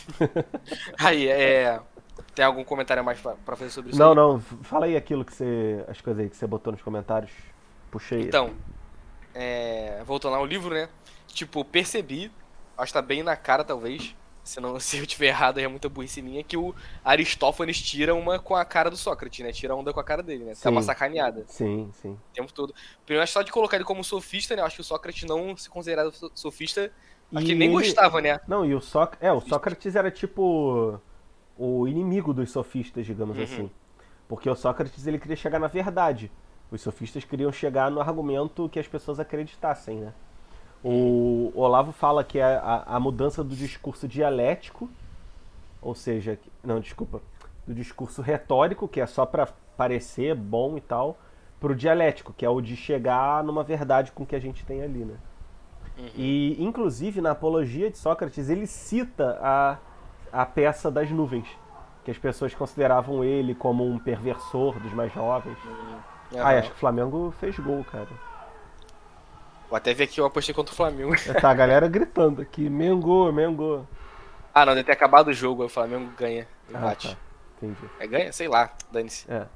Aí, é. Tem algum comentário a mais pra, pra fazer sobre isso Não, aí? não, fala aí aquilo que você. As coisas aí que você botou nos comentários. Puxei. Então, é, voltando ao livro, né? Tipo, percebi. acho que tá bem na cara, talvez, se, não, se eu tiver errado, aí é muita burrice minha, que o Aristófanes tira uma com a cara do Sócrates, né? Tira onda com a cara dele, né? Tá uma Sim, sacaneada sim, sim. o tempo todo. Primeiro, acho que só de colocar ele como sofista, né? Eu acho que o Sócrates não se considerava so- sofista, acho que E ele nem ele. gostava, né? Não, e o Sócrates. É, o Sócrates era tipo. O inimigo dos sofistas, digamos Uhum. assim. Porque o Sócrates ele queria chegar na verdade. Os sofistas queriam chegar no argumento que as pessoas acreditassem, né? Uhum. O Olavo fala que é a, a mudança do discurso dialético, ou seja, não, desculpa, do discurso retórico, que é só para parecer bom e tal, pro dialético, que é o de chegar numa verdade com o que a gente tem ali, né? Uhum. E, inclusive, na Apologia de Sócrates, ele cita a, a peça das nuvens, que as pessoas consideravam ele como um perversor dos mais jovens. Uhum. Ah, e acho Aham. que o Flamengo fez gol, cara. Vou até ver aqui, eu apostei contra o Flamengo. É, tá a galera gritando aqui, Mengo, Mengo. Ah, não, deve ter acabado o jogo, aí o Flamengo ganha, Ah, tá. empate. Entendi. É ganha? Sei lá, dane-se. É.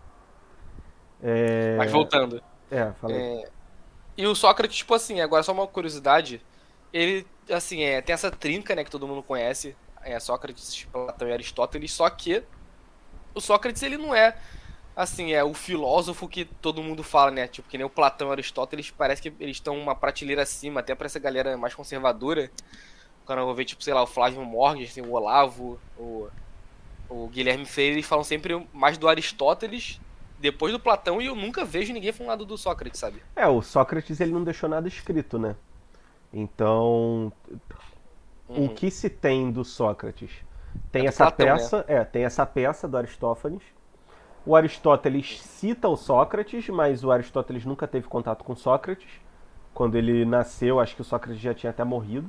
Mas É. voltando. É, falei. E o Sócrates, tipo assim, agora só uma curiosidade, ele, assim, é, tem essa trinca, né, que todo mundo conhece, é Sócrates, Platão e Aristóteles, só que o Sócrates, ele não é, assim, é o filósofo que todo mundo fala, né, tipo, que nem o Platão e o Aristóteles, parece que eles estão uma prateleira acima, até pra essa galera mais conservadora, quando eu vou ver, tipo, sei lá, o Flávio Morgan, o Olavo, o, o Guilherme Freire, eles falam sempre mais do Aristóteles, depois do Platão, e eu nunca vejo ninguém falando do Sócrates, sabe? É, o Sócrates ele não deixou nada escrito, né? Então, o Uhum. que se tem do Sócrates? É Tem do essa Platão, né? peça, é, tem essa peça do Aristófanes. O Aristóteles cita o Sócrates, mas o Aristóteles nunca teve contato com Sócrates. Quando ele nasceu, acho que o Sócrates já tinha até morrido.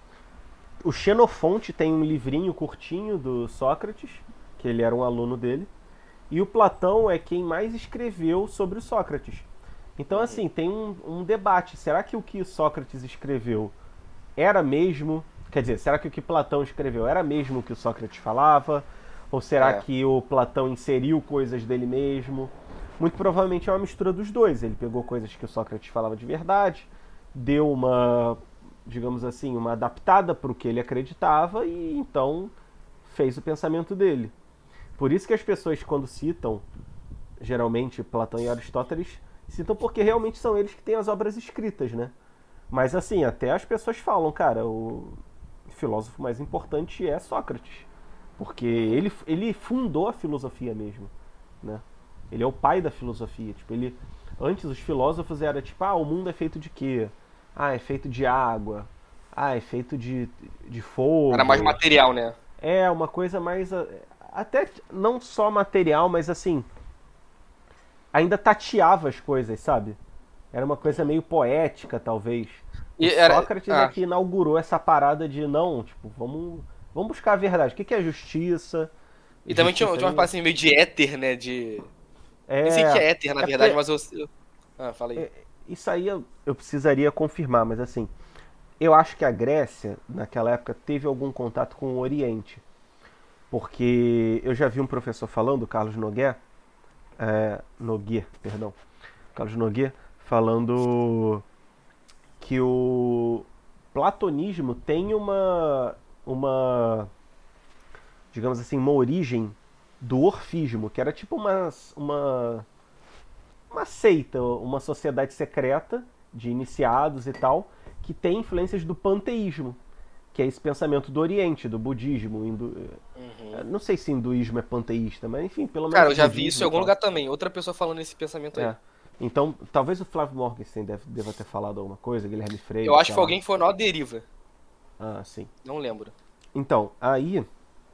O Xenofonte tem um livrinho curtinho do Sócrates, que ele era um aluno dele. E o Platão é quem mais escreveu sobre o Sócrates. Então, Uhum. assim, tem um, um debate. Será que o que Sócrates escreveu era mesmo. Quer dizer, será que o que Platão escreveu era mesmo o que o Sócrates falava? Ou será É. que o Platão inseriu coisas dele mesmo? Muito provavelmente é uma mistura dos dois. Ele pegou coisas que o Sócrates falava de verdade, deu uma, digamos assim, uma adaptada para o que ele acreditava e então fez o pensamento dele. Por isso que as pessoas, quando citam, geralmente, Platão e Aristóteles, citam porque realmente são eles que têm as obras escritas, né? Mas assim, até as pessoas falam, cara, o filósofo mais importante é Sócrates. Porque Uhum. ele, ele fundou a filosofia mesmo, né? Ele é o pai da filosofia. Tipo, ele, antes os filósofos era tipo, ah, o mundo é feito de quê? Ah, é feito de água. Ah, é feito de, de Era mais fogo. material, né? É uma coisa mais. Até não só material, mas assim. Ainda tateava as coisas, sabe? Era uma coisa Uhum. meio poética, talvez. O E era. Sócrates é Ah, que inaugurou essa parada de não, tipo, vamos, vamos buscar a verdade. O que é justiça? e também tinha, Justiça tinha uma aí. parte assim, meio de éter, né? De. Nem sei o que É. é éter, na É verdade, porque. mas eu. eu- Ah, fala aí. é, Isso aí eu, eu precisaria confirmar, mas assim. Eu acho que a Grécia, naquela época, teve algum contato com o Oriente. Porque eu já vi um professor falando, Carlos Noguer, é, Noguer, perdão, Carlos Noguer, falando que o platonismo tem uma, uma, digamos assim, uma origem do orfismo, que era tipo uma, uma, uma seita, uma sociedade secreta de iniciados e tal, que tem influências do panteísmo, que é esse pensamento do Oriente, do budismo, hindu... Uhum. não sei se hinduísmo é panteísta, mas enfim, pelo menos Cara, eu já vi isso budismo em e algum tal. lugar também. Outra pessoa falando esse pensamento É. aí. Então, talvez o Flávio Morgenstern deve, deva ter falado alguma coisa, Guilherme Freire, Eu acho sei que foi lá. alguém que foi na deriva. Ah, sim. Não lembro. Então, aí.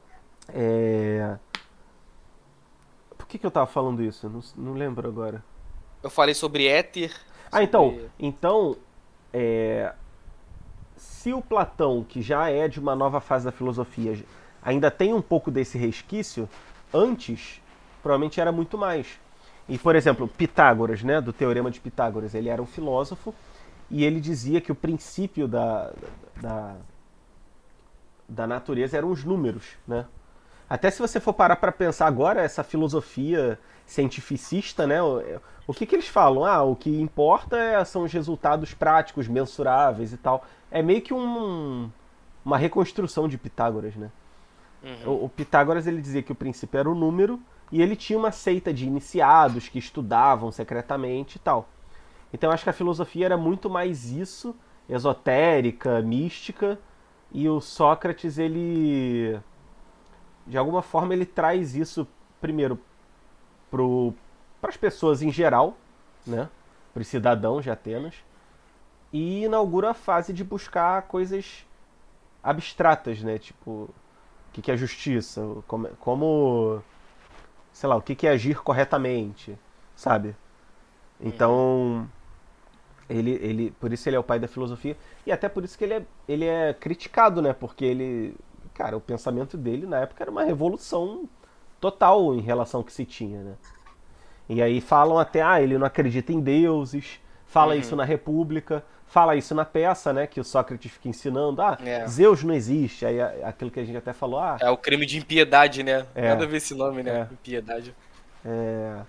É... Por que, que eu tava falando isso? Não, não lembro agora. Eu falei sobre éter, Ah, então. sobre. Então. É... Se o Platão, que já é de uma nova fase da filosofia, ainda tem um pouco desse resquício, antes, provavelmente era muito mais. E, por exemplo, Uhum. Pitágoras, né, do Teorema de Pitágoras, ele era um filósofo e ele dizia que o princípio da, da, da natureza eram os números, né? Até se você for parar para pensar agora, essa filosofia cientificista, né? O, o que, que eles falam? Ah, o que importa é, são os resultados práticos, mensuráveis e tal. É meio que um, uma reconstrução de Pitágoras, né? Uhum. O, o Pitágoras, ele dizia que o princípio era o número, e ele tinha uma seita de iniciados que estudavam secretamente e tal. Então eu acho que a filosofia era muito mais isso, esotérica, mística, e o Sócrates, ele, de alguma forma, ele traz isso primeiro para as pessoas em geral, né? Para os cidadãos de Atenas, e inaugura a fase de buscar coisas abstratas, né? Tipo, o que, que é justiça, como, como, sei lá, o que, que é agir corretamente, sabe? Então, ele, ele, por isso ele é o pai da filosofia, e até por isso que ele é, ele é criticado, né? Porque ele, cara, o pensamento dele na época era uma revolução total em relação ao que se tinha, né? E aí falam até, ah, ele não acredita em deuses, fala Uhum. isso na República, fala isso na peça, né, que o Sócrates fica ensinando, ah, É. Zeus não existe, aí aquilo que a gente até falou, ah... É o crime de impiedade, né? É, Nada a ver esse nome, né? é. Impiedade. É,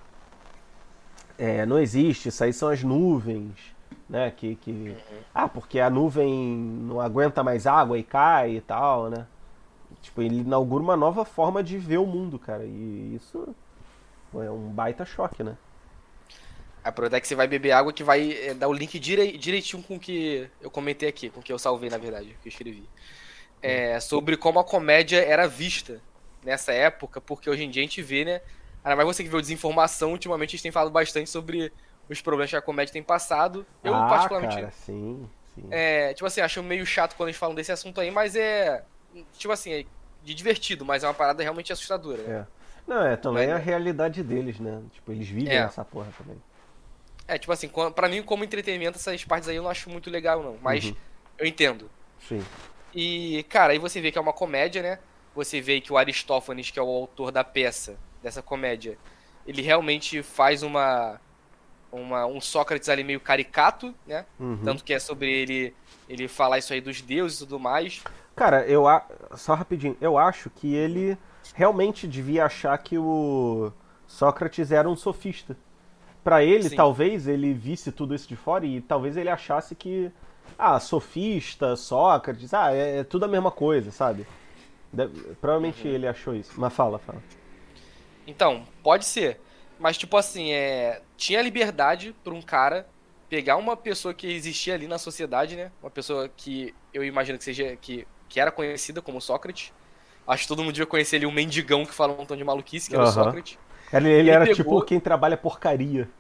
é, não existe, isso aí são as nuvens, né, que... que Uhum. ah, porque a nuvem não aguenta mais água e cai e tal, né? Tipo, ele inaugura uma nova forma de ver o mundo, cara, e isso é um baita choque, né? Aproveitar que você vai beber água que vai é, dar o link direi, direitinho com o que eu comentei aqui, com o que eu salvei, na verdade, que eu escrevi. É, sobre como a comédia era vista nessa época, porque hoje em dia a gente vê, né? Ainda mais você que viu desinformação, ultimamente a gente tem falado bastante sobre os problemas que a comédia tem passado. Eu, Ah, particularmente, cara, sim, sim. é, tipo assim, acho meio chato quando a gente fala desse assunto aí, mas é, tipo assim, é de divertido, mas é uma parada realmente assustadora, né? É. Não, é também Mas, a realidade deles, né? Tipo, eles vivem é, essa porra também. é, tipo assim, quan- pra mim, como entretenimento, essas partes aí eu não acho muito legal, não. Mas Uhum. eu entendo. Sim. E, cara, aí você vê que é uma comédia, né? Você vê que o Aristófanes, que é o autor da peça, dessa comédia, ele realmente faz uma, uma um Sócrates ali meio caricato, né? Uhum. Tanto que é sobre ele ele falar isso aí dos deuses e tudo mais. Cara, eu a... só rapidinho, eu acho que ele realmente devia achar que o Sócrates era um sofista. Pra ele, Sim. talvez ele visse tudo isso de fora e talvez ele achasse que ah, sofista, Sócrates, ah, é, é tudo a mesma coisa, sabe? Deve- Provavelmente Uhum. ele achou isso. Mas fala, fala. Então, pode ser. Mas, tipo assim, é... tinha liberdade pra um cara pegar uma pessoa que existia ali na sociedade, né? Uma pessoa que eu imagino que seja que, que era conhecida como Sócrates. Acho que todo mundo devia conhecer ali um mendigão que fala um montão de maluquice, que era o Aham. Sócrates. Ele, E ele ele era tipo pegou, quem trabalha porcaria.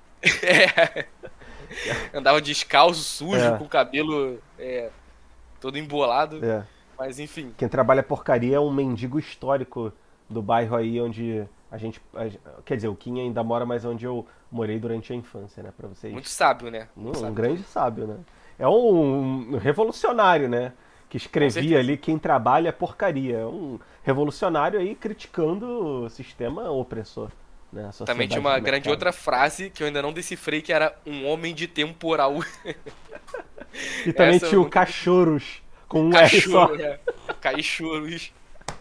andava descalço, sujo, É, com o cabelo é, todo embolado. é. Mas enfim, Quem trabalha porcaria é um mendigo histórico do bairro aí onde a gente. a- quer dizer, o Kim ainda mora, mas onde eu morei durante a infância, né? Pra vocês. muito sábio, né? Um, Muito um sábio. grande sábio, né? É um, um revolucionário, né? Que Com escrevia certeza. ali quem trabalha é porcaria. É um revolucionário aí criticando o sistema opressor, né? A Também tinha sociedade uma de grande mercado. outra frase que eu ainda não decifrei, que era um homem de temporal. E também Essa eu tinha o nunca. Cachorros, com um R só. Cachorro, né? Cachorros.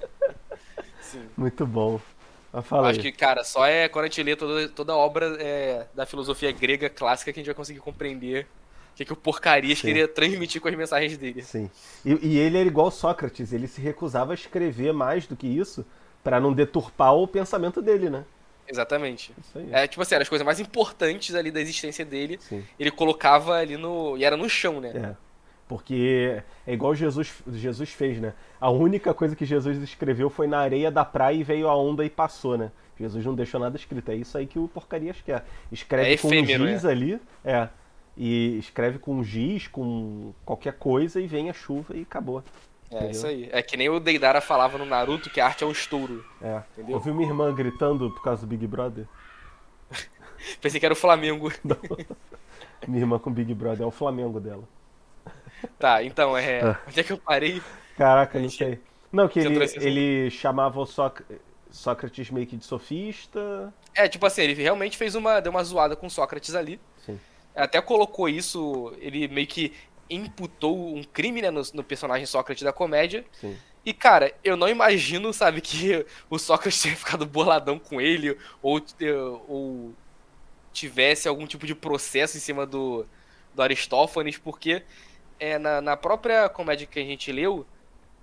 Sim. Muito bom. Mas Eu fala acho aí. que, cara, só é quando a gente lê toda, toda a obra é, da filosofia grega clássica que a gente vai conseguir compreender o que, que o Porcarias Sim. queria transmitir com as mensagens dele. Sim. E, e ele era igual Sócrates, ele se recusava a escrever mais do que isso pra não deturpar o pensamento dele, né? Exatamente. Isso aí. É, tipo assim, eram as coisas mais importantes ali da existência dele, Sim. ele colocava ali no. E era no chão, né? É. Porque é igual Jesus, Jesus fez, né? A única coisa que Jesus escreveu foi na areia da praia e veio a onda e passou, né? Jesus não deixou nada escrito. É isso aí que o Porcarias quer. Escreve É com um efêmero, giz né? ali, é. E escreve com um giz, com qualquer coisa, e vem a chuva e acabou. É Entendeu? isso aí. É que nem o Deidara falava no Naruto que a arte é um estouro. É. Entendeu? Eu vi minha irmã gritando por causa do Big Brother. Pensei que era o Flamengo. Minha irmã com o Big Brother é o Flamengo dela. Tá, então, é. Ah. Onde é que eu parei? Caraca, A não gente sei. Não, que entrou ele, nesse assunto. ele chamava o Sóc- Sócrates meio que de sofista. É, tipo assim, ele realmente fez uma. Deu uma zoada com Sócrates ali. Sim. Até colocou isso. Ele meio que imputou um crime, né, no, no personagem Sócrates da comédia. Sim. E, cara, eu não imagino, sabe, que o Sócrates tenha ficado boladão com ele, ou, ou tivesse algum tipo de processo em cima do, do Aristófanes, porque é, na, na própria comédia que a gente leu,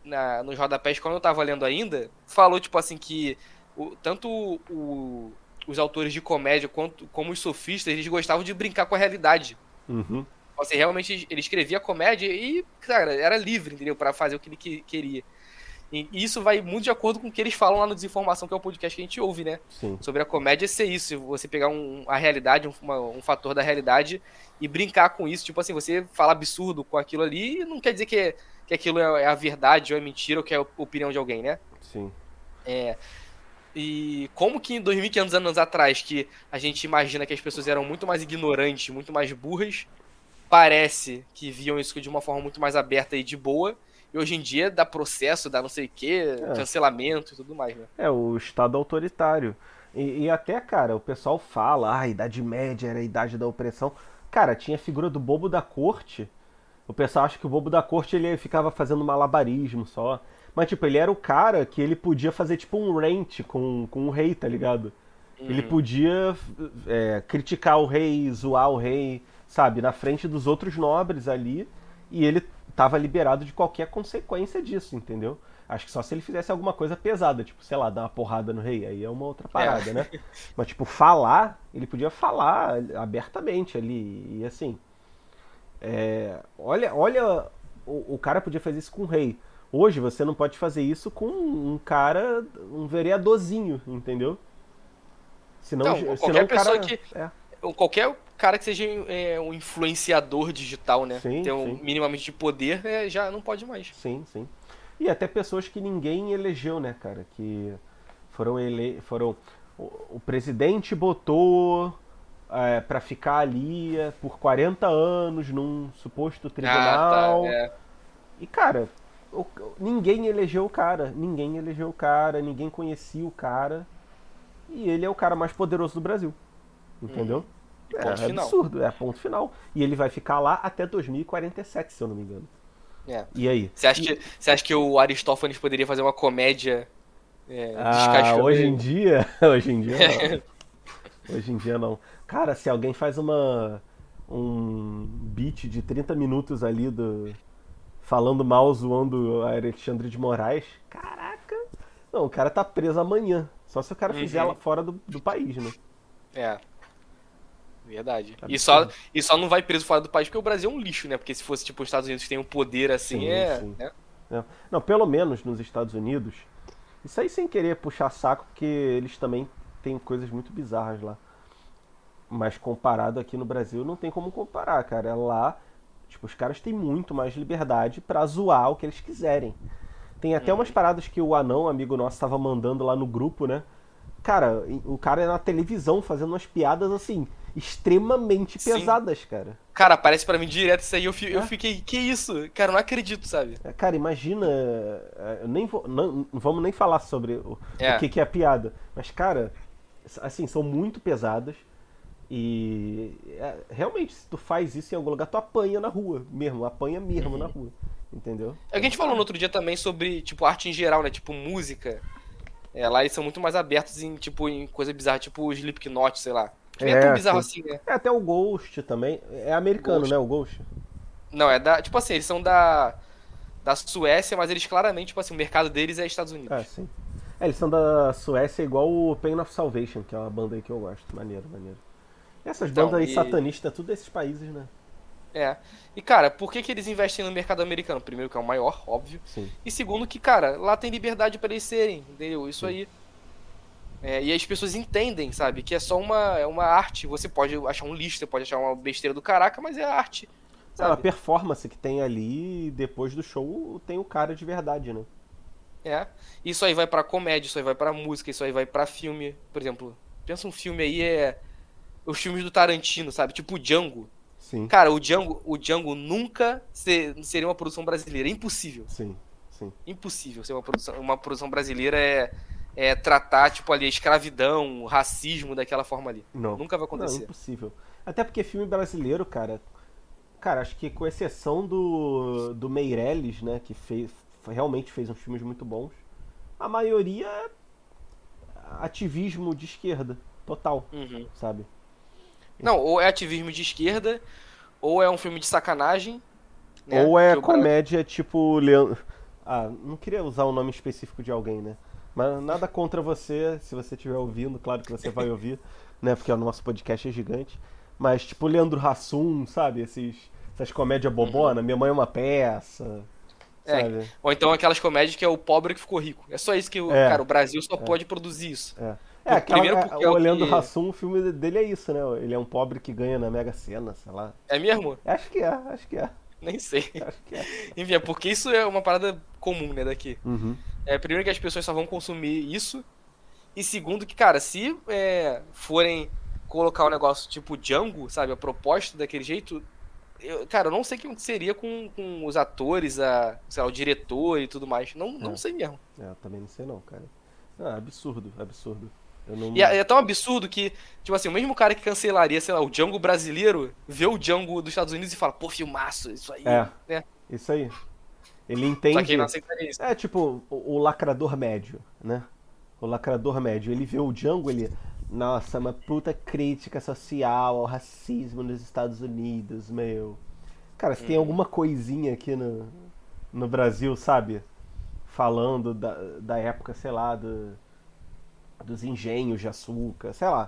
na, nos rodapés, quando eu tava lendo ainda, falou, tipo assim, que o, tanto o, os autores de comédia quanto como os sofistas, eles gostavam de brincar com a realidade. Uhum. Assim, realmente, ele escrevia comédia e, cara, era livre, entendeu? Pra fazer o que ele que, queria. E isso vai muito de acordo com o que eles falam lá no Desinformação, que é o podcast que a gente ouve, né? Sim. Sobre a comédia ser isso, você pegar um, a realidade, um, uma, um fator da realidade e brincar com isso. Tipo assim, você fala absurdo com aquilo ali não quer dizer que, é, que aquilo é a verdade ou é mentira ou que é a opinião de alguém, né? Sim. É, e como que em dois mil e quinhentos anos atrás, que a gente imagina que as pessoas eram muito mais ignorantes, muito mais burras, parece que viam isso de uma forma muito mais aberta e de boa. E hoje em dia dá processo, dá não sei o que, É. cancelamento e tudo mais, né? É, o Estado autoritário. E, e até, cara, o pessoal fala, ah, a Idade Média era a idade da opressão. Cara, tinha a figura do bobo da corte. O pessoal acha que o bobo da corte ele ficava fazendo malabarismo só. Mas, tipo, ele era o cara que ele podia fazer, tipo, um rant com, com o rei, tá ligado? Uhum. Ele podia é, criticar o rei, zoar o rei, sabe? Na frente dos outros nobres ali. E ele tava liberado de qualquer consequência disso, entendeu? Acho que só se ele fizesse alguma coisa pesada, tipo, sei lá, dar uma porrada no rei, aí é uma outra parada, É. né? Mas, tipo, falar, ele podia falar abertamente ali, e assim... É, olha, olha, o, o cara podia fazer isso com o rei. Hoje você não pode fazer isso com um cara, um vereadorzinho, entendeu? Senão, Então, senão qualquer o cara... pessoa que. É, Qualquer cara que seja é, um influenciador digital, né? Sim, Ter um sim. minimamente de poder, é, já não pode mais. sim, sim. E até pessoas que ninguém elegeu, né, cara? Que foram ele... foram o, o presidente botou é, para ficar ali é, por quarenta anos num suposto Ah, tá. tribunal. É. E, cara, o- ninguém elegeu o cara. Ninguém elegeu o cara, ninguém conhecia o cara. E ele é o cara mais poderoso do Brasil. Entendeu? Uhum. E É ponto final. absurdo, é ponto final. E ele vai ficar lá até dois mil e quarenta e sete, se eu não me engano. É. E aí? Você acha, que, você acha que o Aristófanes poderia fazer uma comédia é, Ah, descascando hoje em ele? dia. Hoje em dia não. Hoje em dia não. Cara, se alguém faz uma. Um beat de trinta minutos ali do. Falando mal, zoando a Alexandre de Moraes. Caraca! Não, o cara tá preso amanhã. Só se o cara fizer Uhum. lá fora do, do país, né? É, verdade. E Absurdo. só, e só não vai preso fora do país porque o Brasil é um lixo, né? Porque se fosse tipo os Estados Unidos que tem um poder assim, Sim, é. sim. Né? É. Não, pelo menos nos Estados Unidos. Isso aí sem querer puxar saco, porque eles também têm coisas muito bizarras lá. Mas comparado aqui no Brasil, não tem como comparar, cara. Lá, tipo, os caras têm muito mais liberdade pra zoar o que eles quiserem. Tem até umas Uhum. paradas que o Anão, amigo nosso, tava mandando lá no grupo, né? Cara, o cara é na televisão fazendo umas piadas, assim, extremamente Sim. pesadas, cara. Cara, aparece pra mim direto isso aí, eu, fi- eu É. fiquei, que isso? Cara, eu não acredito, sabe? É, cara, imagina. é, eu nem vou, não, não vamos nem falar sobre o, É. o que, que é a piada. Mas, cara, assim, são muito pesadas. E é, realmente, se tu faz isso em algum lugar, tu apanha na rua mesmo, apanha mesmo Uhum. na rua. Entendeu? É o que a gente falou no outro dia também sobre, tipo, arte em geral, né? Tipo, música. É, lá eles são muito mais abertos em, tipo, em coisa bizarra, tipo o Slipknot, sei lá. Que nem é tão É, bizarro sim. assim, né? É até o Ghost também. É americano, Ghost. né? O Ghost. Não, é da. Tipo assim, eles são da. Da Suécia, mas eles claramente, tipo assim, o mercado deles é Estados Unidos. É, sim. É, eles são da Suécia igual o Pain of Salvation, que é uma banda aí que eu gosto. Maneiro, maneiro. E essas Então, bandas aí e. satanistas, tudo desses países, né? É. E, cara, por que, que eles investem no mercado americano? Primeiro, que é o maior, óbvio. Sim. E segundo, que, cara, lá tem liberdade pra eles serem, entendeu? Isso Sim. aí. É, e as pessoas entendem, sabe? Que é só uma, é uma arte. Você pode achar um lixo, você pode achar uma besteira do caraca, mas é arte, É uma sabe? performance que tem ali e depois do show tem o cara de verdade, né? É. Isso aí vai pra comédia, isso aí vai pra música, isso aí vai pra filme. Por exemplo, pensa um filme aí, é. Os filmes do Tarantino, sabe? Tipo o Django. Sim, Cara, o Django, o Django nunca ser- seria uma produção brasileira. É impossível. sim, sim. Impossível ser uma produção, uma produção brasileira é, é tratar, tipo, ali, a escravidão, o racismo daquela forma ali. Não. Nunca vai Não, acontecer. impossível. Até porque filme brasileiro, cara. Cara, acho que com exceção do, do Meirelles, né? Que fez, realmente fez uns filmes muito bons. A maioria é ativismo de esquerda. Total, Uhum. sabe? Não, ou é ativismo de esquerda, ou é um filme de sacanagem, né? Ou é Que o Bra- comédia tipo Leandro, Ah, não queria usar o nome específico de alguém, né? Mas nada contra você, se você estiver ouvindo, claro que você vai ouvir, né? Porque o nosso podcast é gigante. Mas, tipo, Leandro Hassum, sabe? Esses, essas comédias bobona, Uhum. Minha Mãe é uma Peça, É, sabe? ou então aquelas comédias que é o pobre que ficou rico. É só isso que, o cara, É, o Brasil só é, pui produzir isso. é. É, Por- aquela, primeiro é, porque é o o Leandro que... Hassum, o filme dele é isso, né? Ele é um pobre que ganha na Mega Sena, sei lá. É mesmo? Acho que é, acho que é, Nem sei. acho que é. Enfim, é porque isso é uma parada comum, né, daqui. Uhum. É, primeiro que as pessoas só vão consumir isso. E segundo que, cara, se é, forem colocar um negócio tipo Django, sabe, a proposta daquele jeito, eu, cara, eu não sei o que aconteceria com, com os atores, a, sei lá, o diretor e tudo mais. Não, não É, sei mesmo. é, eu também não sei não, cara. Ah, absurdo, absurdo. Eu E não. é, é tão absurdo que, tipo assim, o mesmo cara que cancelaria, sei lá, o Django brasileiro, vê o Django dos Estados Unidos e fala, pô, filmaço, isso É, aí, né? isso aí. Ele Só que ele não entende. aceitaria isso. É tipo o, o lacrador médio, né? O lacrador médio. Ele vê o Django, ele. Nossa, uma puta crítica social ao racismo nos Estados Unidos, meu. Cara, se tem Uhum. alguma coisinha aqui no, no Brasil, sabe? Falando da, da época, sei lá, do, dos engenhos de açúcar, sei lá.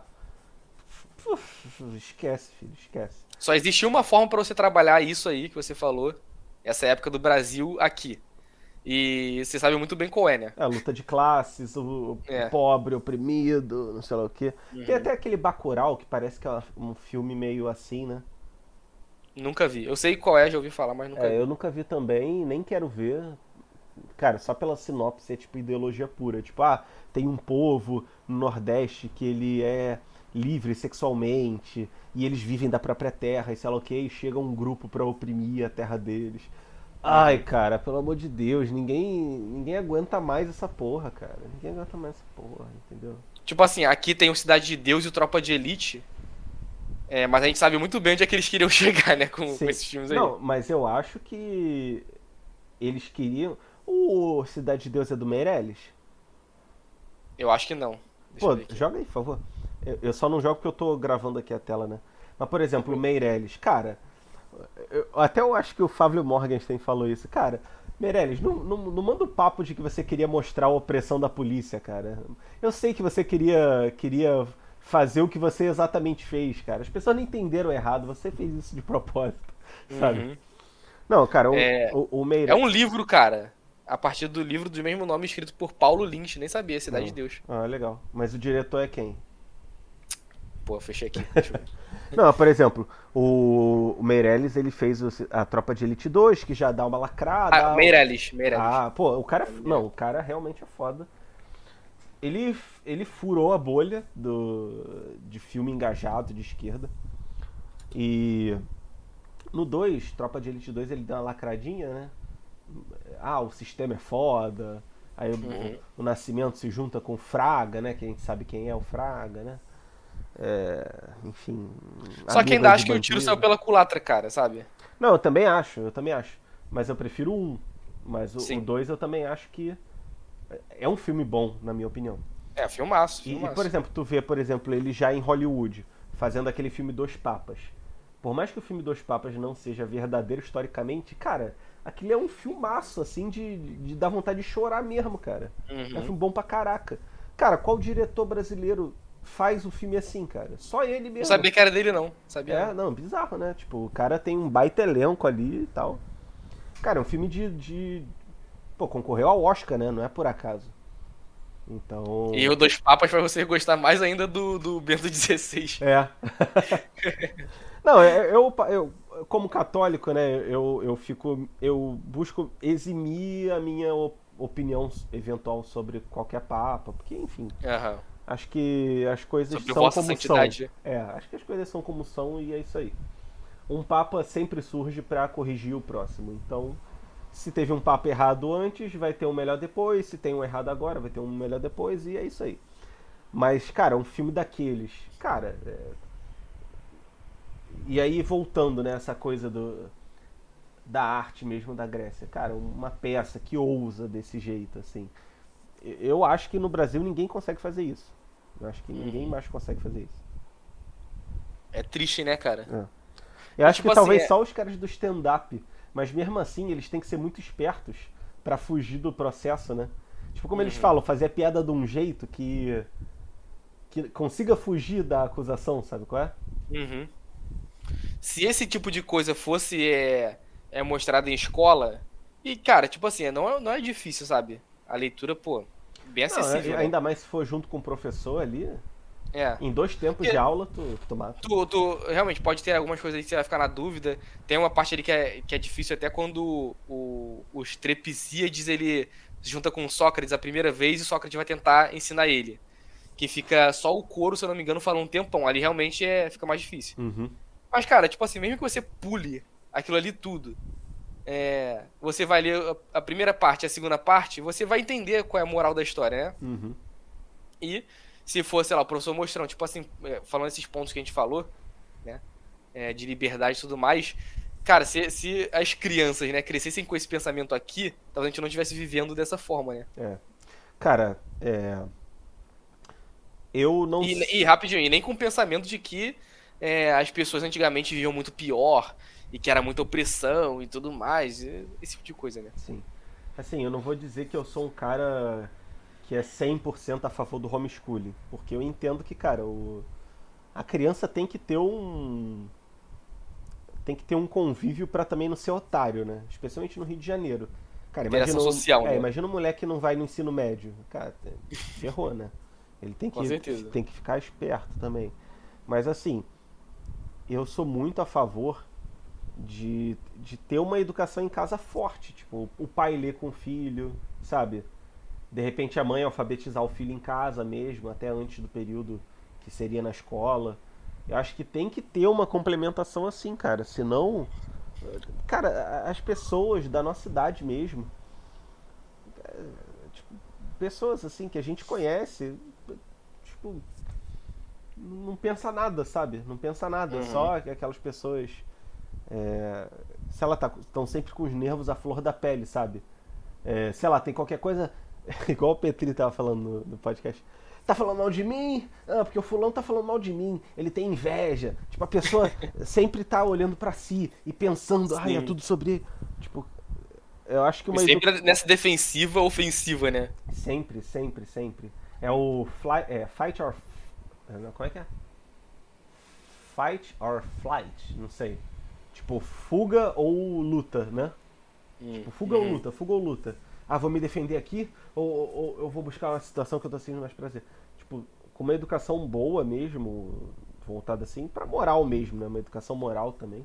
Uf, esquece, filho, esquece. Só existe uma forma pra você trabalhar isso aí que você falou, essa época do Brasil aqui. E você sabe muito bem qual é, né? É, a luta de classes, o, o É. pobre, o oprimido, não sei lá o quê. Tem Uhum. até aquele Bacurau, que parece que é um filme meio assim, né? Nunca vi. Eu sei qual é, já ouvi falar, mas nunca É, eu vi. nunca vi também, nem quero ver. Cara, só pela sinopse é tipo ideologia pura. Tipo, ah, tem um povo no Nordeste que ele é livre sexualmente e eles vivem da própria terra e sei lá o que, e chega um grupo pra oprimir a terra deles. Ai, Uhum. cara, pelo amor de Deus, ninguém ninguém aguenta mais essa porra, cara. Ninguém aguenta mais essa porra, entendeu? Tipo assim, aqui tem o Cidade de Deus e o Tropa de Elite, é, mas a gente sabe muito bem onde é que eles queriam chegar, né, com, com Sim. esses filmes aí. Não, mas eu acho que eles queriam. O Cidade de Deus é do Meirelles? Eu acho que não. Deixa eu Pô, ver aqui. joga aí, por favor. Eu, eu só não jogo porque eu tô gravando aqui a tela, né? Mas, por exemplo, o Meirelles, cara, eu- até eu acho que o Fábio Morgenstern falou isso. Cara, Meirelles, não, não, não manda o papo de que você queria mostrar a opressão da polícia, cara. Eu sei que você queria, queria fazer o que você exatamente fez, cara. As pessoas não entenderam errado, você fez isso de propósito, sabe? Uhum. Não, cara, o, É, o, o é Meirelles. um livro, cara, a partir do livro do mesmo nome escrito por Paulo Lynch, nem sabia, Cidade de Não. Deus. Ah, legal. Mas o diretor é quem? Pô, fechei aqui, deixa eu ver. Não, por exemplo, o, o Meirelles, ele fez o- a Tropa de Elite dois, que já dá uma Ah, lacrada. Meirelles, Meirelles. Ah, pô, o cara. Não, o cara realmente é foda. Ele, ele furou a bolha do, de filme engajado de esquerda. E no dois, Tropa de Elite dois, ele deu uma lacradinha, né? Ah, o sistema é foda. Aí o, Uhum. o Nascimento se junta com o Fraga, né? Que a gente sabe quem é o Fraga, né? É, enfim, Só que amigo ainda de acho que o tiro saiu bandido. pela culatra, cara, sabe? Não, eu também acho, eu também acho. Mas eu prefiro o um. Mas o Sim. dois eu também acho que é um filme bom, na minha opinião. É, filmaço, E, e, por filmaço. exemplo, tu vê, por exemplo, ele já em Hollywood, fazendo aquele filme Dois Papas. Por mais que o filme Dois Papas não seja verdadeiro historicamente, cara, aquele é um filmaço, assim, de, de dar vontade de chorar mesmo, cara. É um Uhum. filme bom pra caraca. Cara, qual diretor brasileiro faz um filme assim, cara? Só ele Não mesmo. sabia que era dele, não. Sabia É, não. não, bizarro, né? Tipo, o cara tem um baita elenco ali e tal. Cara, é um filme de, de. Pô, concorreu ao Oscar, né? Não é por acaso. E Então. o Dois Papas vai você gostar mais ainda do, do Bento dezesseis. É. Não, é- eu, eu, como católico, né? Eu, eu fico. Eu busco eximir a minha op- opinião eventual sobre qualquer papa, porque, enfim. Aham. Acho que as coisas Sobre são Vossa como são. Santidade. É, acho que as coisas são como são e é isso aí. Um papa sempre surge pra corrigir o próximo. Então, se teve um papa errado antes, vai ter um melhor depois. Se tem um errado agora, vai ter um melhor depois e é isso aí. Mas, cara, um filme daqueles. Cara, é, e aí voltando, né, essa coisa do da arte mesmo da Grécia. Cara, uma peça que ousa desse jeito, assim. Eu acho que no Brasil ninguém consegue fazer isso. Eu acho que ninguém Uhum. mais consegue fazer isso. É triste, né, cara? É. Eu E acho tipo que assim, talvez é... só os caras do stand-up, mas mesmo assim eles têm que ser muito espertos pra fugir do processo, né? Tipo, como Uhum. eles falam, fazer a piada de um jeito que, que consiga fugir da acusação, sabe qual é? Uhum. Se esse tipo de coisa fosse é, é mostrado em escola, e cara, tipo assim, não é, não é difícil, sabe? A leitura, pô, bem Não, é- acessível, né? ainda mais se for junto com o professor ali, É. em dois tempos de Porque aula, tu, tu mata. tu, tu realmente pode ter algumas coisas aí que você vai ficar na dúvida. Tem uma parte ali que é, que é difícil até quando o, os Trepsíades ele se junta com o Sócrates a primeira vez e o Sócrates vai tentar ensinar ele. Que fica só o coro, se eu não me engano, fala um tempão. Ali realmente é, fica mais difícil. Uhum. Mas, cara, tipo assim, mesmo que você pule aquilo ali tudo, é, você vai ler a, a primeira parte e a segunda parte, você vai entender qual é a moral da história, né? Uhum. E se for, sei lá, o professor mostrando, tipo assim, é, falando esses pontos que a gente falou, né? É, de liberdade e tudo mais. Cara, se, se as crianças, né, crescessem com esse pensamento aqui, talvez a gente não estivesse vivendo dessa forma, né? É. Cara, é. Eu não. E, e s- rapidinho, e nem com o pensamento de que é, as pessoas antigamente viviam muito pior e que era muita opressão e tudo mais, e esse tipo de coisa, né? Sim. Assim, eu não vou dizer que eu sou um cara que é cem por cento a favor do homeschooling, porque eu entendo que, cara, o... a criança tem que ter um tem que ter um convívio pra também não ser otário, né? Especialmente no Rio de Janeiro. Cara, imagina Interação um, social, é, né? imagina um moleque que não vai no ensino médio. Cara, é, ferrou, né? Ele tem Com que, certeza. tem que ficar esperto também. Mas assim, eu sou muito a favor de, de ter uma educação em casa forte. Tipo, o pai ler com o filho, sabe? De repente a mãe alfabetizar o filho em casa mesmo, até antes do período que seria na escola. Eu acho que tem que ter uma complementação assim, cara. Senão, cara, as pessoas da nossa idade mesmo, tipo, pessoas assim que a gente conhece, tipo, não pensa nada, sabe? Não pensa nada. Uhum. Só aquelas pessoas, é, se ela tá, estão sempre com os nervos à flor da pele, sabe? É, sei lá, tem qualquer coisa. Igual o Petri tava falando no, no podcast. Tá falando mal de mim? Ah, porque o fulano tá falando mal de mim. Ele tem inveja. Tipo, a pessoa sempre tá olhando pra si e pensando, ai, é Sim. tudo sobre ele. Tipo, eu acho que E uma edu... sempre nessa defensiva ofensiva, né? Sempre, sempre, sempre. É o fly, é, fight or. Não, como é que é? Fight or flight, não sei. Tipo, fuga ou luta, né? Hum, Tipo, fuga ou uhum. luta, fuga ou luta. Ah, vou me defender aqui ou, ou- ou eu vou buscar uma situação que eu tô sentindo mais prazer. Tipo, com uma educação boa mesmo, voltada assim, pra moral mesmo, né? Uma educação moral também.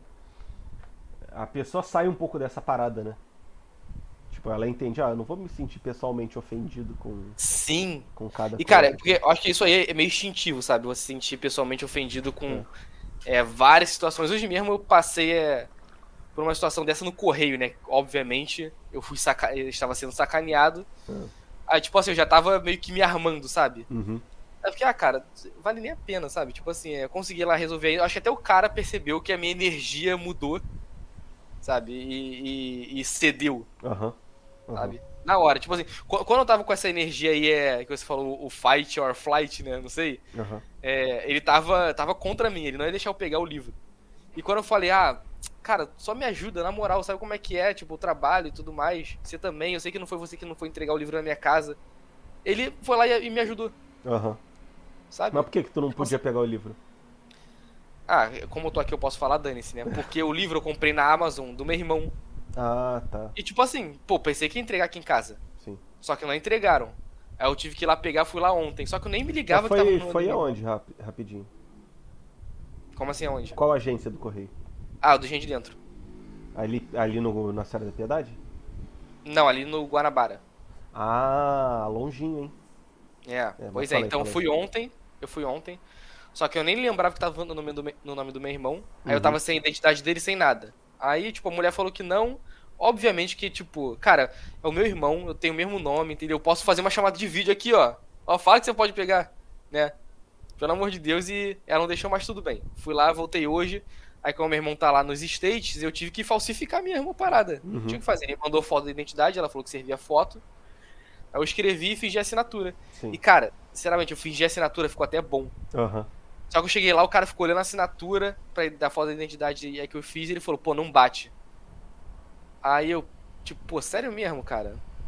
A pessoa sai um pouco dessa parada, né? Tipo, ela entende, ah, eu não vou me sentir pessoalmente ofendido com, Sim. com cada E, cara, coisa é aqui. porque eu acho que isso aí é meio instintivo, sabe? Você se sentir pessoalmente ofendido É. com é, várias situações. Hoje mesmo eu passei é, por uma situação dessa no correio, né? Obviamente, eu fui saca... eu estava sendo sacaneado. É. Aí, tipo assim, eu já tava meio que me armando, sabe? Uhum. Aí eu fiquei, ah, cara, vale nem a pena, sabe? Tipo assim, eu consegui lá resolver. Eu acho que até o cara percebeu que a minha energia mudou, sabe? E, e- e cedeu, Aham. Aham. sabe? Na hora. Tipo assim, qu- quando eu tava com essa energia aí, é, que você falou, o fight or flight, né? Não sei. Aham. É, ele tava, tava contra mim, ele não ia deixar eu pegar o livro. E quando eu falei, ah, cara, só me ajuda, na moral, sabe como é que é, tipo, o trabalho e tudo mais. Você também, eu sei que não foi você que não foi entregar o livro na minha casa. Ele foi lá e, e me ajudou, Aham. Mas sabe? por que que tu não Tipo assim, podia pegar o livro? ah, como eu tô aqui, eu posso falar, dane-se, né? Porque o livro eu comprei na Amazon do meu irmão. Ah, tá. E tipo assim, pô, pensei que ia entregar aqui em casa. Sim. Só que não entregaram. Aí eu tive que ir lá pegar, fui lá ontem. Só que eu nem me Mas ligava que tava foi, no nome do foi meu irmão. aonde, rap- rapidinho? Como assim, aonde? Qual agência do Correio? Ah, o do Gente de Dentro. Ali, ali no, na Serra da Piedade? Não, ali no Guanabara. Ah, longinho, hein? É, É, mas pois é, fala aí, então eu fala aí. fui ontem. Eu fui ontem. Só que eu nem lembrava que tava no nome do, me- no nome do meu irmão. Aí eu Uhum. tava sem a identidade dele, sem nada. Aí, tipo, a mulher falou que não. Obviamente que, tipo, cara, é o meu irmão, eu tenho o mesmo nome, entendeu? Eu posso fazer uma chamada de vídeo aqui, ó. Ó, fala que você pode pegar, né? Pelo amor de Deus, e ela não deixou, mas tudo bem. Fui lá, voltei hoje. Aí, como meu irmão tá lá nos States, eu tive que falsificar minha irmã parada. Uhum. Tinha que fazer. Ele mandou foto da identidade, ela falou que servia foto. Aí eu escrevi e fingi a assinatura. E, Sim. cara, sinceramente, eu fingi a assinatura, ficou até bom. Aham. Só que eu cheguei lá, o cara ficou olhando a assinatura pra dar foto da identidade aí que eu fiz e ele falou, pô, não bate. Aí eu, tipo, pô, sério mesmo, cara?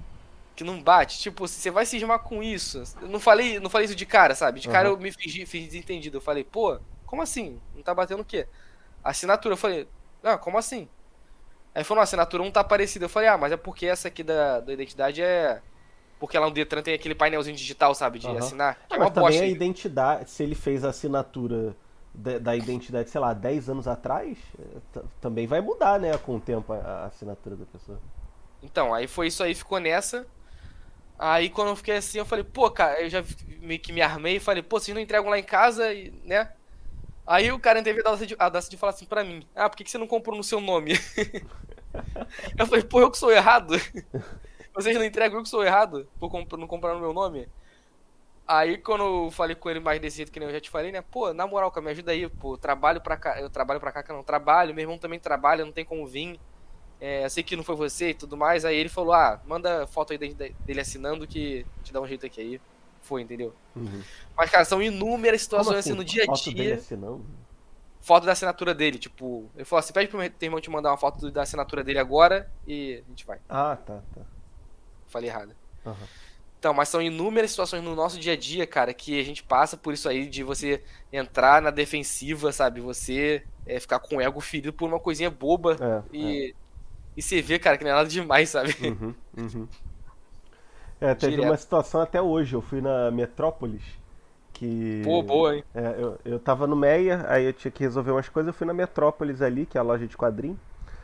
que não bate. Tipo, você vai cismar com isso. Eu não falei, não falei isso de cara, sabe? De cara Uhum. eu me fingi, fiz desentendido. Eu falei, pô, como assim? Não tá batendo o quê? Assinatura. Eu falei, ah, como assim? Aí falou, a assinatura não tá parecida. Eu falei, ah, mas é porque essa aqui da, da identidade é. Porque lá no Detran tem aquele painelzinho digital, sabe? De Aham. assinar. Que Ah, é uma mas também bosta. a identidade, se ele fez a assinatura da, da identidade, sei lá, dez anos atrás, eh, t- também vai mudar, né, com o tempo a, a assinatura da pessoa. Então, aí foi isso aí, ficou nessa. Aí quando eu fiquei assim, eu falei, pô, cara, eu já meio que me armei e falei, pô, vocês não entregam lá em casa, e, né? Aí o cara teve a audácia de, a audácia de falar assim pra mim, ah, por que que você não comprou no seu nome? Eu falei, pô, eu que sou errado? Vocês não entregam, eu que sou errado? Por comp- não comprar no meu nome? Aí quando eu falei com ele mais desse jeito que nem eu já te falei, né? Pô, na moral, cara, me ajuda aí, pô, eu trabalho pra cá, eu trabalho pra cá, que eu não trabalho, meu irmão também trabalha, não tem como vir. É, eu sei que não foi você e tudo mais. Aí ele falou, ah, manda foto aí dele dele assinando que te dá um jeito aqui. Aí foi, entendeu? Uhum. Mas, cara, são inúmeras Como situações assim assim? no dia a Foto dele dia. assinando? Foto da assinatura dele, tipo, ele falou assim, pede pro meu irmão te mandar uma foto da assinatura dele agora e a gente vai. Ah, tá, tá. Falei errado. Aham. Então, mas são inúmeras situações no nosso dia a dia, cara, que a gente passa por isso aí de você entrar na defensiva, sabe? Você é, ficar com o ego ferido por uma coisinha boba É, é. e, e você vê, cara, que não é nada demais, sabe? Uhum, uhum. É, teve uma Direto. situação até hoje, eu fui na Metrópolis, Pô, que boa, hein? é, eu, eu tava no Meia, aí eu tinha que resolver umas coisas, eu fui na Metrópolis ali, que é a loja de quadrinhos.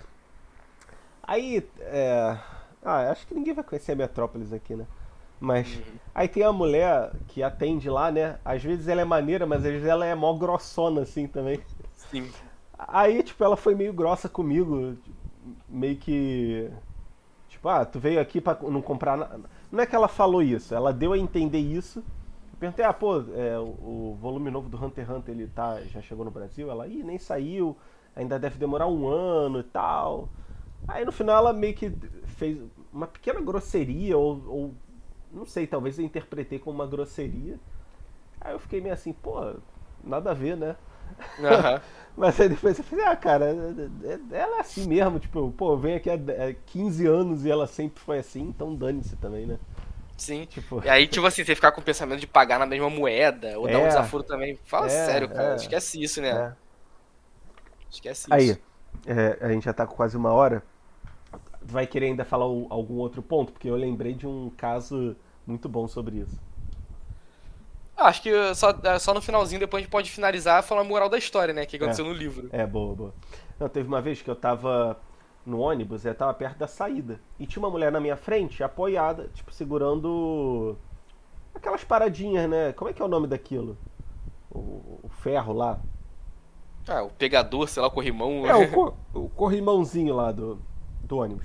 Aí, é... Ah, acho que ninguém vai conhecer a Metrópolis aqui, né? Mas Uhum. aí tem a mulher que atende lá, né? Às vezes ela é maneira, mas às vezes ela é mó grossona assim também. Sim. Aí, tipo, ela foi meio grossa comigo, meio que. Tipo, ah, tu veio aqui pra não comprar nada. Não é que ela falou isso, ela deu a entender isso. Eu perguntei, ah, pô, é, o, o volume novo do Hunter x Hunter ele tá, já chegou no Brasil? Ela, ih, nem saiu, ainda deve demorar um ano e tal. Aí no final ela meio que fez uma pequena grosseria, ou, ou não sei, talvez eu interpretei como uma grosseria. Aí eu fiquei meio assim, pô, nada a ver, né? Aham. Mas aí depois eu falei, ah, cara, é- é- ela é assim mesmo, tipo, pô, eu venho aqui há há quinze anos e ela sempre foi assim, então dane-se também, né? Sim. Tipo, E aí, tipo assim, você ficar com o pensamento de pagar na mesma moeda, ou dar um é, desaforo também. Fala sério, cara. é, Esquece isso, é, né? é. Esquece Aí, isso. é, a gente já tá com quase uma hora. Vai querer ainda falar o- algum outro ponto? Porque eu lembrei de um caso muito bom sobre isso. Ah, acho que só, só no finalzinho, depois a gente pode finalizar falando a moral da história, né? Que É, aconteceu no livro. é, boa, boa. Não, teve uma vez que eu tava no ônibus e eu tava perto da saída. E tinha uma mulher na minha frente, apoiada, tipo, segurando aquelas paradinhas, né? Como é que é o nome daquilo? O, o ferro lá. Ah, o pegador, sei lá, o corrimão. É, o, cor, o corrimãozinho lá do, do ônibus.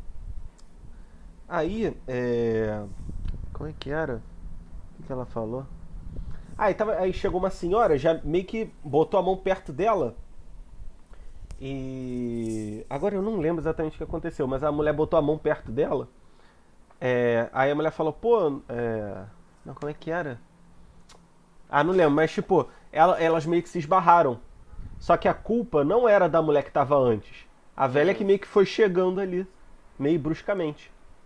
Aí, é. Como é que era? O que, que ela falou? Aí, tava, aí chegou uma senhora, já meio que botou a mão perto dela. E. Agora eu não lembro exatamente o que aconteceu, mas a mulher botou a mão perto dela. É, aí a mulher falou, pô, é... Não, como é que era? Ah, não lembro, mas tipo, ela- elas meio que se esbarraram. Só que a culpa não era da mulher que tava antes. A velha que Uhum. meio que foi chegando ali, meio bruscamente.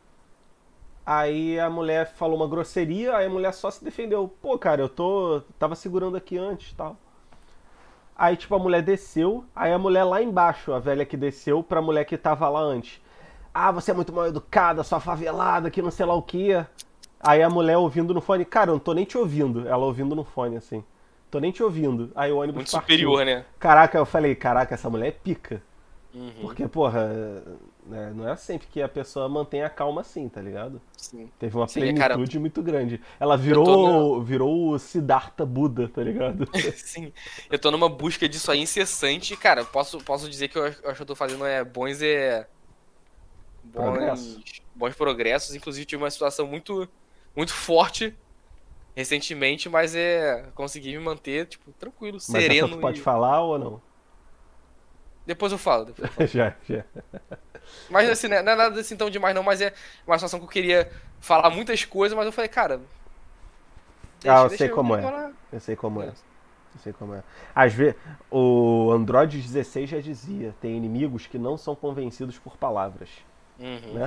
Aí a mulher falou uma grosseria, aí a mulher só se defendeu. Pô, cara, eu tô. Tava segurando aqui antes e tal. Aí, tipo, a mulher desceu, aí a mulher lá embaixo, a velha que desceu pra mulher que tava lá antes. Ah, você é muito mal educada, sua favelada, que não sei lá o que. Aí a mulher ouvindo no fone, cara, eu não tô nem te ouvindo. Ela ouvindo no fone, assim. Tô nem te ouvindo. Aí o ônibus Muito partiu. superior, né? Caraca, eu falei, caraca, essa mulher é pica. Uhum. Porque, porra, né, não é sempre que a pessoa mantém a calma assim, tá ligado? Sim. Teve uma Sim, cara, plenitude muito grande. Ela eu tô na. virou, virou o Siddhartha Buda, tá ligado? Sim, eu tô numa busca disso aí incessante. Cara, posso, posso dizer que eu acho eu acho que eu tô fazendo é, bons, é, Progresso. bons, bons progressos. Inclusive, tive uma situação muito, muito forte recentemente, mas é consegui me manter, tipo, tranquilo, Mas essa tu sereno pode e. falar ou não? Depois eu falo, depois eu falo. Já, já. Mas assim, né, não é nada assim tão demais, não, mas é uma situação que eu queria falar muitas coisas, mas eu falei, cara, Ah, deixa, eu sei deixa eu como é. falar. Eu sei como é. Eu sei como é. Às vezes, o Android dezesseis já dizia: tem inimigos que não são convencidos por palavras, Uhum. né?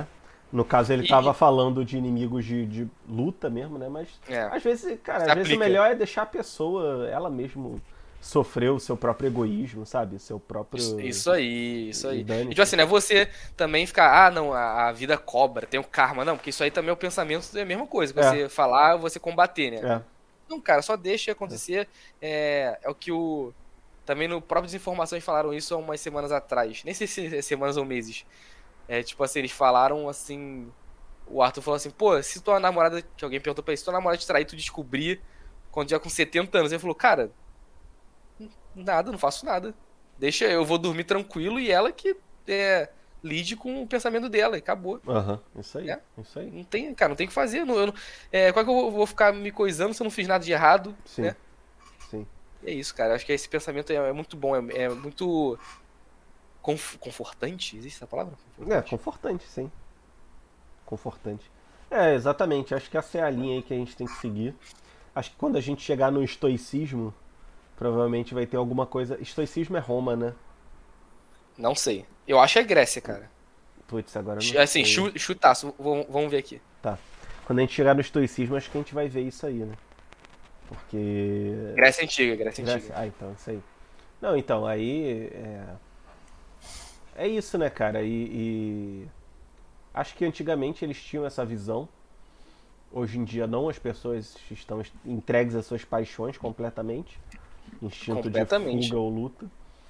No caso, ele E- tava falando de inimigos de, de luta mesmo, né? Mas É, às vezes, cara, se às vezes o aplica. melhor é deixar a pessoa, ela mesmo, sofrer o seu próprio egoísmo, sabe? O seu Isso, próprio. isso aí, isso E aí. E tipo dane-se. assim, não é você também ficar, ah, não, a, a vida cobra, tem o karma. Não, porque isso aí também é o pensamento, é a mesma coisa. Que É, você falar, você combater, né? é. Não, cara, só deixa acontecer. É, é o que o. Também no próprio Desinformações falaram isso há umas semanas atrás. Nem sei se é semanas ou meses. É tipo assim, eles falaram assim. O Arthur falou assim, pô, se tua namorada. Que alguém perguntou pra ele, se tua namorada te trair, tu descobrir quando já com setenta anos. Ele falou, cara, nada, não faço nada. Deixa, eu vou dormir tranquilo e ela que é, lide com o pensamento dela e acabou. Aham, isso aí, É, isso aí. não tem, cara, não tem o que fazer. Não, eu não- é, qual é que eu vou, vou ficar me coisando se eu não fiz nada de errado, Sim, né? sim. E é isso, cara. Eu acho que esse pensamento é, é muito bom, é, é muito conf- confortante. Existe essa palavra? É, Confortante. confortante, sim. Confortante. É, exatamente. Acho que essa é a linha aí que a gente tem que seguir. Acho que quando a gente chegar no estoicismo, provavelmente vai ter alguma coisa. Estoicismo é Roma, né? Não sei. Eu acho que é Grécia, cara. Putz, agora eu não Ch- Assim, sei. chu- chutaço. Vamos vamos ver aqui. Tá. Quando a gente chegar no estoicismo, acho que a gente vai ver isso aí, né? Porque. Grécia Antiga, Grécia Grécia- Antiga. Ah, então, isso aí. Não, então, aí. É, é isso, né, cara? E, e acho que antigamente eles tinham essa visão. Hoje em dia não, as pessoas estão entregues às suas paixões completamente. Instinto de Completamente. fuga ou luta.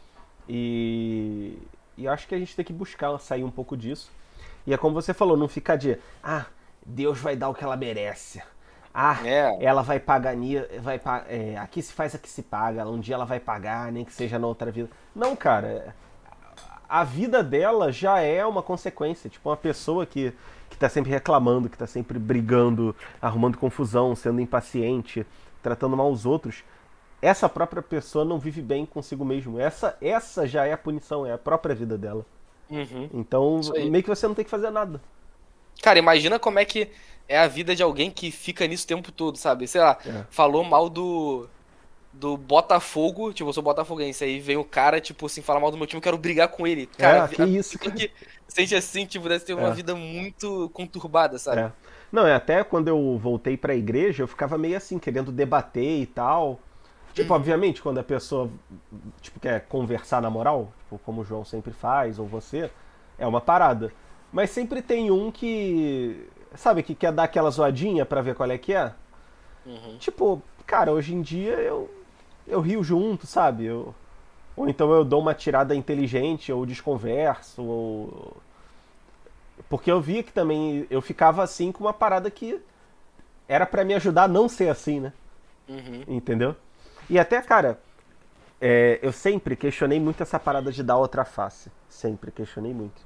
E, e acho que a gente tem que buscar sair um pouco disso. E é como você falou, não ficar de, ah, Deus vai dar o que ela merece. Ah, É. ela vai pagar, ni- vai, pa- é, aqui se faz, aqui se paga. Um dia ela vai pagar, nem que seja na outra vida. Não, cara, a vida dela já é uma consequência. Tipo, uma pessoa que, que tá sempre reclamando, que tá sempre brigando, arrumando confusão, sendo impaciente, tratando mal os outros. Essa própria pessoa não vive bem consigo mesmo. Essa, essa já é a punição, é a própria vida dela. Uhum. Então, Isso aí. meio que você não tem que fazer nada. Cara, imagina como é que é a vida de alguém que fica nisso o tempo todo, sabe? Sei lá, É. falou mal do do Botafogo, tipo, eu sou botafoguense, aí vem o cara, tipo assim, falar mal do meu time, eu quero brigar com ele. Cara, É, que a isso, pessoa cara. que sente assim, tipo, deve ter uma É. vida muito conturbada, sabe? É. Não, é até quando eu voltei pra igreja, eu ficava meio assim, querendo debater e tal. Tipo, Uhum. obviamente, quando a pessoa tipo, quer conversar na moral, tipo, como o João sempre faz, ou você, é uma parada. Mas sempre tem um que, sabe, que quer dar aquela zoadinha pra ver qual é que é. Uhum. Tipo, cara, hoje em dia eu, eu rio junto, sabe? Eu, ou então eu dou uma tirada inteligente, ou desconverso, ou... Porque eu via que também eu ficava assim com uma parada que era pra me ajudar a não ser assim, né? Uhum. Entendeu? E até, cara, é, eu sempre questionei muito essa parada de dar outra face. Sempre questionei muito.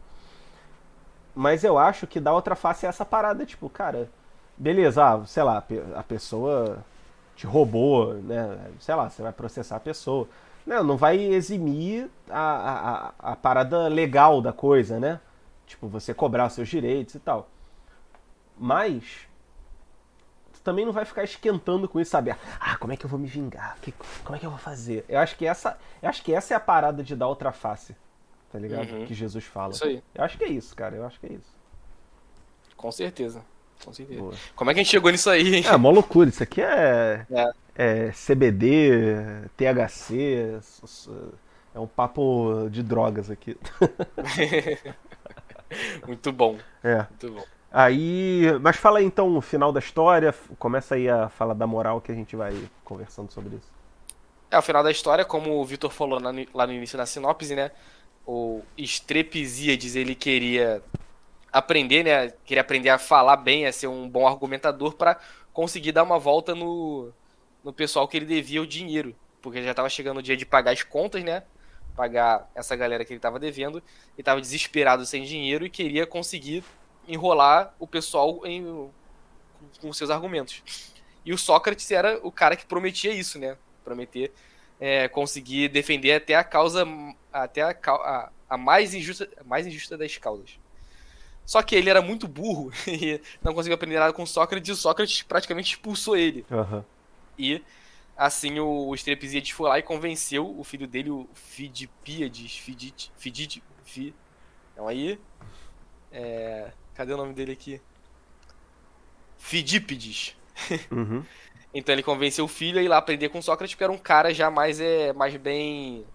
Mas eu acho que dar outra face é essa parada, tipo, cara, beleza, ah, sei lá, a pessoa te roubou, né? Sei lá, você vai processar a pessoa. Não, não vai eximir a, a, a parada legal da coisa, né? Tipo, você cobrar os seus direitos e tal. Mas tu também não vai ficar esquentando com isso, sabe? Ah, como é que eu vou me vingar? Que- como é que eu vou fazer? Eu acho que essa, eu acho que essa é a parada de dar outra face, tá ligado? Uhum. Que Jesus fala. Isso aí, Eu acho que é isso, cara. Eu acho que é isso. com certeza. Com certeza. Boa. Como é que a gente chegou nisso aí, hein? É, mó loucura. Isso aqui é, É. é C B D, T H C, é um papo de drogas aqui. Muito bom, É. muito bom. Aí, mas fala aí então o final da história, começa aí a falar da moral que a gente vai conversando sobre isso. É, o final da história, como o Vitor falou lá no, lá no início da sinopse, né? O Estrepizíades, ele queria aprender, né? Queria aprender a falar bem, a ser um bom argumentador para conseguir dar uma volta no, no pessoal que ele devia o dinheiro. Porque já estava chegando o dia de pagar as contas, né? Pagar essa galera que ele estava devendo. E estava desesperado sem dinheiro e queria conseguir enrolar o pessoal em, com seus argumentos. E o Sócrates era o cara que prometia isso, né? Prometer é, conseguir defender até a causa, até a, a, a mais injusta, a mais injusta das causas. Só que ele era muito burro e não conseguiu aprender nada com Sócrates, e o Sócrates praticamente expulsou ele. Uhum. E assim o Estrepizíades foi lá e convenceu o filho dele, o Fidipíades, Fidit, Fidit, Fi, então aí é, Cadê o nome dele aqui? Fidípides. Uhum. Então ele convenceu o filho a ir lá aprender com Sócrates, porque era um cara já mais, é, mais bem...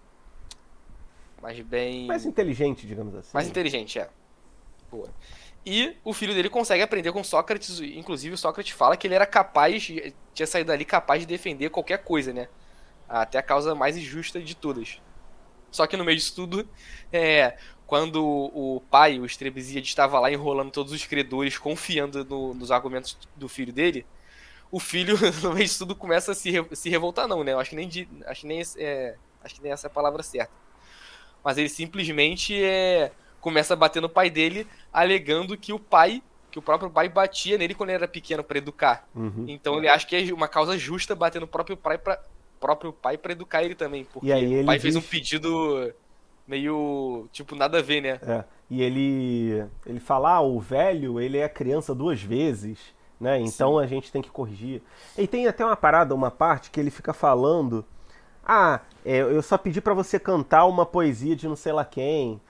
Mais Mais bem... inteligente, digamos assim. Mais inteligente, é. Boa. E o filho dele consegue aprender com Sócrates, inclusive o Sócrates fala que ele era capaz, tinha saído dali capaz de defender qualquer coisa, né? Até a causa mais injusta de todas. Só que no meio disso tudo, é, quando o pai, o Estrebizíade, estava lá enrolando todos os credores, confiando no- nos argumentos do filho dele, o filho, no meio disso tudo, começa a se, re- se revoltar, não, né? Eu acho que nem, di- acho que nem, esse- é, acho que nem essa é a palavra certa. Mas ele simplesmente é, começa a bater no pai dele, alegando que o pai, que o próprio pai batia nele quando ele era pequeno para educar. Uhum. Então ele acha que é uma causa justa bater no próprio pai para próprio pai para educar ele também, porque E aí o ele pai fez um diz- pedido meio tipo nada a ver, né? É. E ele, ele fala, ah, o velho, ele é criança duas vezes, né? Então Sim. a gente tem que corrigir. E tem até uma parada, uma parte que ele fica falando, ah, é, eu só pedi pra você cantar uma poesia de não sei lá quem,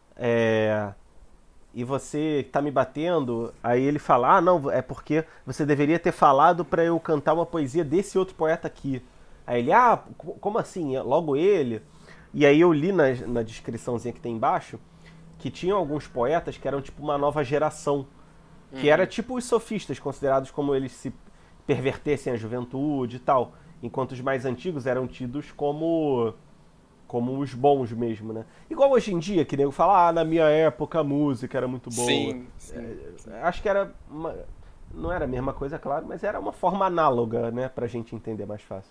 é, e você tá me batendo. Aí ele fala, ah, não, é porque você deveria ter falado pra eu cantar uma poesia desse outro poeta aqui. Aí ele, ah, co- como assim? Logo ele? E aí eu li na, na descriçãozinha que tem embaixo que tinham alguns poetas que eram tipo uma nova geração, que era tipo os sofistas, considerados como eles se pervertessem a juventude e tal, enquanto os mais antigos eram tidos como como os bons mesmo, né? Igual hoje em dia, que nego fala, ah, na minha época a música era muito boa. Sim, sim, sim. Acho que era uma, não era a mesma coisa, claro, mas era uma forma análoga, né, pra gente entender mais fácil.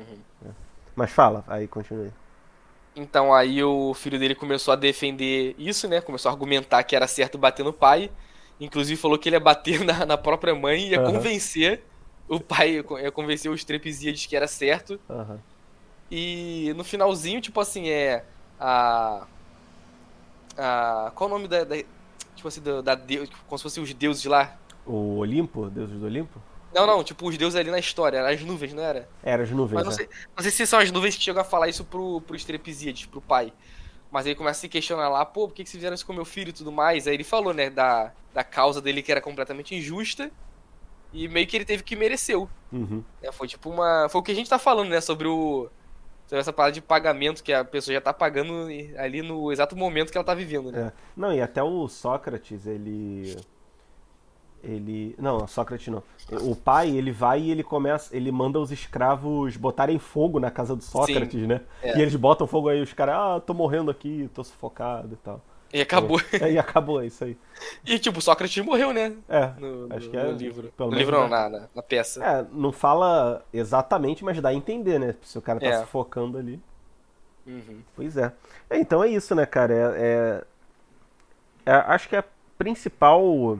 Mas fala, aí continue. Então aí o filho dele começou a defender isso, né? Começou a argumentar que era certo bater no pai. Inclusive falou que ele ia bater na, na própria mãe e ia Aham. convencer o pai, ia convencer os Trapezíades que era certo. Aham. E no finalzinho, tipo assim, é a a qual o nome da, da tipo assim da, da deus, como se fossem os deuses lá? O Olimpo, deuses do Olimpo? Não, não, tipo os deuses ali na história, eram as nuvens, não era? Era as Mas nuvens, não né? sei, não sei se são as nuvens que chegam a falar isso pro, pro Trapezíades, pro pai. Mas aí começa a se questionar lá, pô, por que, que vocês fizeram isso com meu filho e tudo mais? Aí ele falou, né, da, da causa dele que era completamente injusta e meio que ele teve que mereceu. Uhum. Né? Foi tipo uma. Foi o que a gente tá falando, né, sobre o. Sobre essa parada de pagamento que a pessoa já tá pagando ali no exato momento que ela tá vivendo, né? É. Não, e até o Sócrates, ele. Ele. Não, Sócrates não. O pai, ele vai e ele começa. Ele manda os escravos botarem fogo na casa do Sócrates, Sim, né? é. E eles botam fogo aí, os caras, ah, tô morrendo aqui, tô sufocado e tal. E acabou. É, e acabou, é isso aí. E tipo, Sócrates morreu, né? É, No, acho no- que é. no livro. Pelo No menos livro não, dá- na, na, na peça. É, não fala exatamente, mas dá a entender, né? Se o cara tá É. sufocando ali. Uhum. Pois é. É, então é isso, né, cara? É, é- é- acho que a principal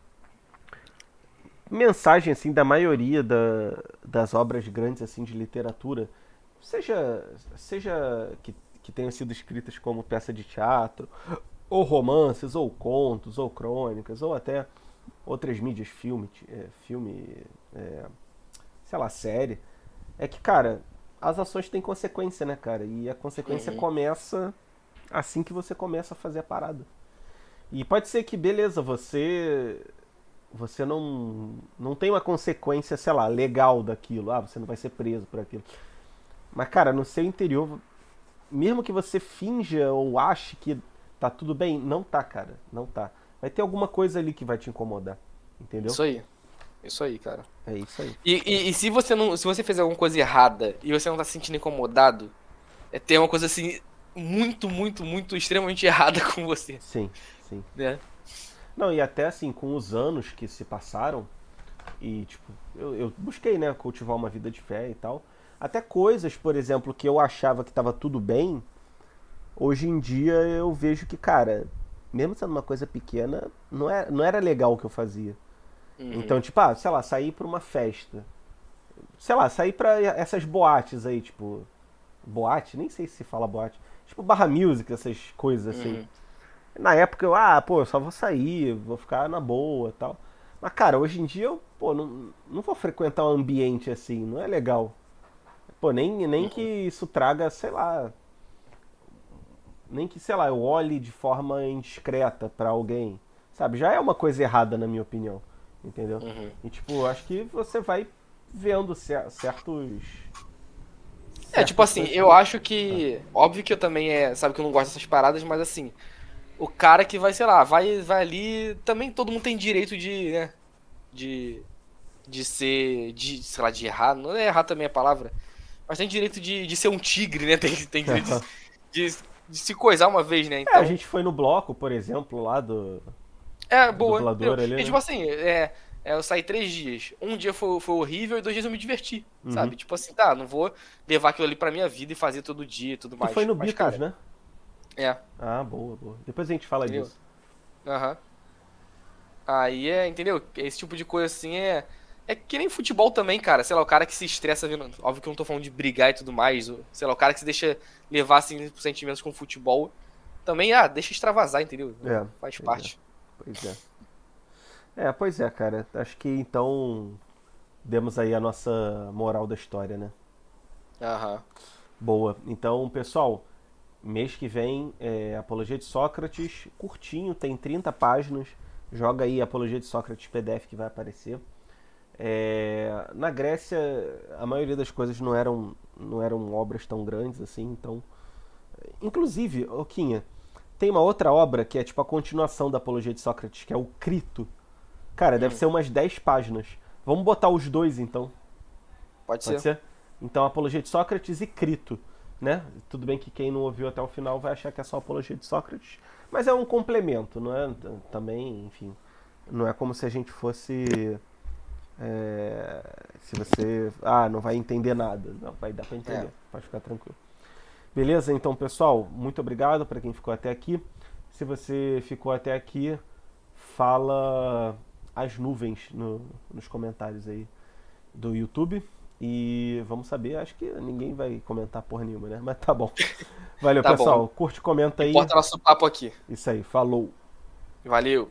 mensagem, assim, da maioria da- das obras grandes, assim, de literatura, seja, seja que, que tenham sido escritas como peça de teatro, ou romances, ou contos, ou crônicas, ou até outras mídias, filme, ti- é, filme, é, sei lá, série, é que, cara, as ações têm consequência, né, cara? E a consequência Uhum. começa assim que você começa a fazer a parada. E pode ser que, beleza, você você não não tem uma consequência, sei lá, legal daquilo. Ah, você não vai ser preso por aquilo. Mas, cara, no seu interior, mesmo que você finja ou ache que tá tudo bem, não tá, cara. Não tá. Vai ter alguma coisa ali que vai te incomodar. Entendeu? Isso aí. Isso aí, cara. É isso aí. E, e, e se você não, se você fez alguma coisa errada e você não tá se sentindo incomodado, é ter uma coisa assim muito, muito, muito extremamente errada com você, Sim, sim. né? Não, e até assim, com os anos que se passaram, e tipo, eu, eu busquei, né, cultivar uma vida de fé e tal. Até coisas, por exemplo, que eu achava que tava tudo bem, hoje em dia eu vejo que, cara, mesmo sendo uma coisa pequena, não era, não era legal o que eu fazia. Uhum. Então, tipo, ah, sei lá, sair pra uma festa. Sei lá, sair pra essas boates aí, tipo. Boate? Nem sei se fala boate. Tipo, barra music, essas coisas assim. Uhum. Na época eu, ah, pô, eu só vou sair, vou ficar na boa e tal. Mas, cara, hoje em dia eu, pô, não, não vou frequentar um ambiente assim, não é legal. Pô, nem, nem que isso traga, sei lá. Nem que, sei lá, eu olhe de forma indiscreta pra alguém. sabe? Já é uma coisa errada, na minha opinião, entendeu? Uhum. E, tipo, acho que você vai vendo cer- certos... É, tipo certas assim, coisas. eu acho que. Óbvio que eu também é. Sabe que eu não gosto dessas paradas, mas assim. O cara que vai, sei lá, vai, vai ali. Também todo mundo tem direito de, né? De. De ser. De, sei lá, de errar. Não é errar também a palavra. Mas tem direito de, de ser um tigre, né? Tem, tem direito de, de, de se coisar uma vez, né? É, a Então. gente foi no bloco, por exemplo, lá do É, a boa, entendeu? dubladora ali, E né? tipo assim, é, é, eu saí três dias. Um dia foi, foi horrível e dois dias eu me diverti, Uhum. sabe? Tipo assim, tá, não vou levar aquilo ali pra minha vida e fazer todo dia e tudo Tu foi mais. no Mas, Beatles, cara, né? é, Ah, boa, boa. Depois a gente fala entendeu? disso. Aham. Aí é, entendeu? Esse tipo de coisa assim é. É que nem futebol também, cara. Sei lá, o cara que se estressa vendo. Óbvio que eu não tô falando de brigar e tudo mais. ou, Sei lá, o cara que se deixa levar assim por sentimentos com futebol. Também, ah, deixa extravasar, entendeu? É, Faz pois é. parte. Pois é. É, pois é, cara. Acho que então demos aí a nossa moral da história, né? Aham. Boa. Então, pessoal, mês que vem é Apologia de Sócrates, curtinho, tem trinta páginas. Joga aí Apologia de Sócrates P D F que vai aparecer. É, na Grécia, a maioria das coisas não eram, não eram obras tão grandes assim, então. Inclusive, Oquinha, tem uma outra obra que é tipo a continuação da Apologia de Sócrates, que é o Crito. Cara, deve Hum, ser umas dez páginas. Vamos botar os dois então, pode pode ser. ser? Então, Apologia de Sócrates e Crito, né? Tudo bem que quem não ouviu até o final vai achar que é só Apologia de Sócrates, mas é um complemento, não é? Também, enfim, não é como se a gente fosse. É, se você. Ah, não vai entender nada. Não, vai dar pra É. entender, pode ficar tranquilo. Beleza? Então, pessoal, muito obrigado para quem ficou até aqui. Se você ficou até aqui, fala as nuvens no- nos comentários aí do YouTube. E vamos saber, acho que ninguém vai comentar porra nenhuma, né? Mas tá bom. Valeu, Tá bom. pessoal. Curte, comenta aí. Importa nosso papo aqui. Isso aí, falou. Valeu.